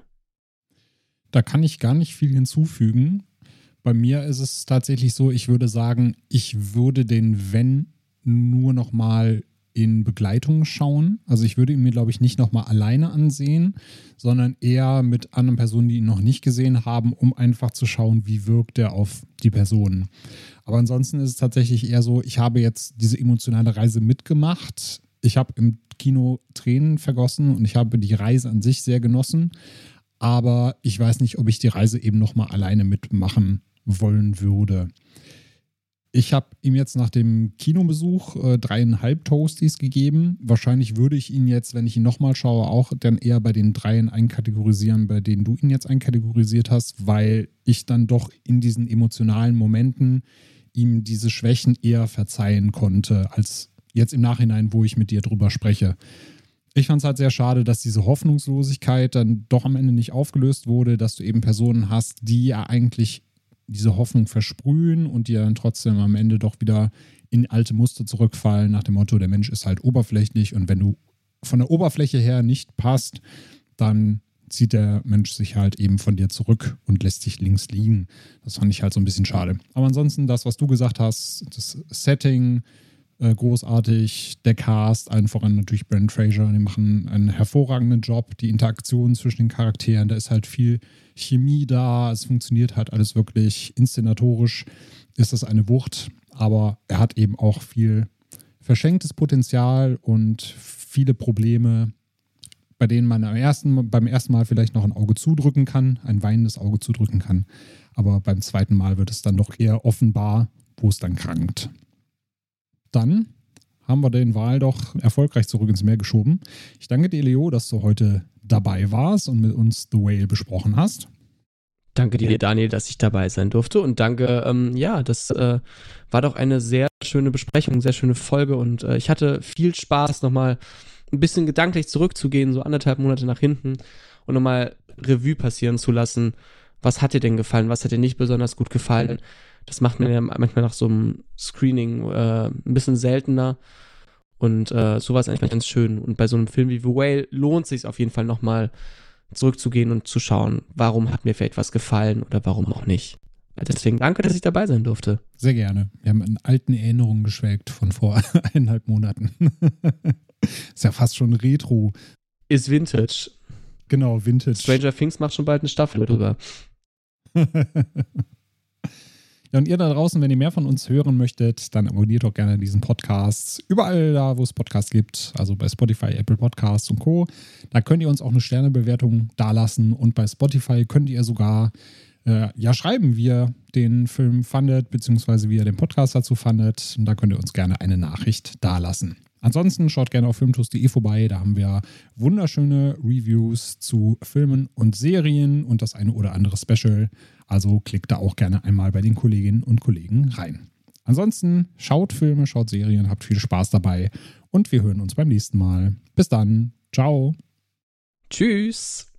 Da kann ich gar nicht viel hinzufügen. Bei mir ist es tatsächlich so, ich würde sagen, ich würde den, wenn, nur nochmal in Begleitung schauen. Also ich würde ihn mir, glaube ich, nicht nochmal alleine ansehen, sondern eher mit anderen Personen, die ihn noch nicht gesehen haben, um einfach zu schauen, wie wirkt er auf die Personen. Aber ansonsten ist es tatsächlich eher so, ich habe jetzt diese emotionale Reise mitgemacht. Ich habe im Kino Tränen vergossen und ich habe die Reise an sich sehr genossen. Aber ich weiß nicht, ob ich die Reise eben nochmal alleine mitmachen wollen würde. Ich habe ihm jetzt nach dem Kinobesuch äh, dreieinhalb Toasties gegeben. Wahrscheinlich würde ich ihn jetzt, wenn ich ihn nochmal schaue, auch dann eher bei den dreien einkategorisieren, bei denen du ihn jetzt einkategorisiert hast, weil ich dann doch in diesen emotionalen Momenten ihm diese Schwächen eher verzeihen konnte, als jetzt im Nachhinein, wo ich mit dir drüber spreche. Ich fand es halt sehr schade, dass diese Hoffnungslosigkeit dann doch am Ende nicht aufgelöst wurde, dass du eben Personen hast, die ja eigentlich diese Hoffnung versprühen und die dann trotzdem am Ende doch wieder in alte Muster zurückfallen, nach dem Motto, der Mensch ist halt oberflächlich und wenn du von der Oberfläche her nicht passt, dann zieht der Mensch sich halt eben von dir zurück und lässt dich links liegen. Das fand ich halt so ein bisschen schade. Aber ansonsten das, was du gesagt hast, das Setting, äh, großartig, der Cast, allen voran natürlich Brendan Fraser, die machen einen hervorragenden Job, die Interaktion zwischen den Charakteren, da ist halt viel Chemie da, es funktioniert halt alles wirklich inszenatorisch, ist das eine Wucht, aber er hat eben auch viel verschenktes Potenzial und viele Probleme, bei denen man am ersten, beim ersten Mal vielleicht noch ein Auge zudrücken kann, ein weinendes Auge zudrücken kann, aber beim zweiten Mal wird es dann doch eher offenbar, wo es dann krankt. Dann haben wir den Wal doch erfolgreich zurück ins Meer geschoben. Ich danke dir, Leo, dass du heute dabei warst und mit uns The Whale besprochen hast. Danke dir, Daniel, dass ich dabei sein durfte und danke, ähm, ja, das äh, war doch eine sehr schöne Besprechung, sehr schöne Folge und äh, ich hatte viel Spaß, nochmal ein bisschen gedanklich zurückzugehen, so anderthalb Monate nach hinten und nochmal Revue passieren zu lassen. Was hat dir denn gefallen? Was hat dir nicht besonders gut gefallen? Das macht man ja manchmal nach so einem Screening äh, ein bisschen seltener und äh, sowas eigentlich ganz schön. Und bei so einem Film wie The Whale lohnt es sich auf jeden Fall nochmal zurückzugehen und zu schauen, warum hat mir vielleicht was gefallen oder warum auch nicht. Deswegen danke, dass ich dabei sein durfte. Sehr gerne. Wir haben in alten Erinnerungen geschwelgt von vor eineinhalb Monaten. Ist ja fast schon Retro. Ist Vintage. Genau, Vintage. Stranger Things macht schon bald eine Staffel drüber. Ja, und ihr da draußen, wenn ihr mehr von uns hören möchtet, dann abonniert doch gerne diesen Podcast. Überall da, wo es Podcasts gibt, also bei Spotify, Apple Podcasts und Co. Da könnt ihr uns auch eine Sternebewertung dalassen und bei Spotify könnt ihr sogar äh, ja schreiben, wie ihr den Film fandet, beziehungsweise wie ihr den Podcast dazu fandet. Und da könnt ihr uns gerne eine Nachricht dalassen. Ansonsten schaut gerne auf filmtoast punkt de vorbei, da haben wir wunderschöne Reviews zu Filmen und Serien und das eine oder andere Special. Also klickt da auch gerne einmal bei den Kolleginnen und Kollegen rein. Ansonsten schaut Filme, schaut Serien, habt viel Spaß dabei und wir hören uns beim nächsten Mal. Bis dann. Ciao. Tschüss.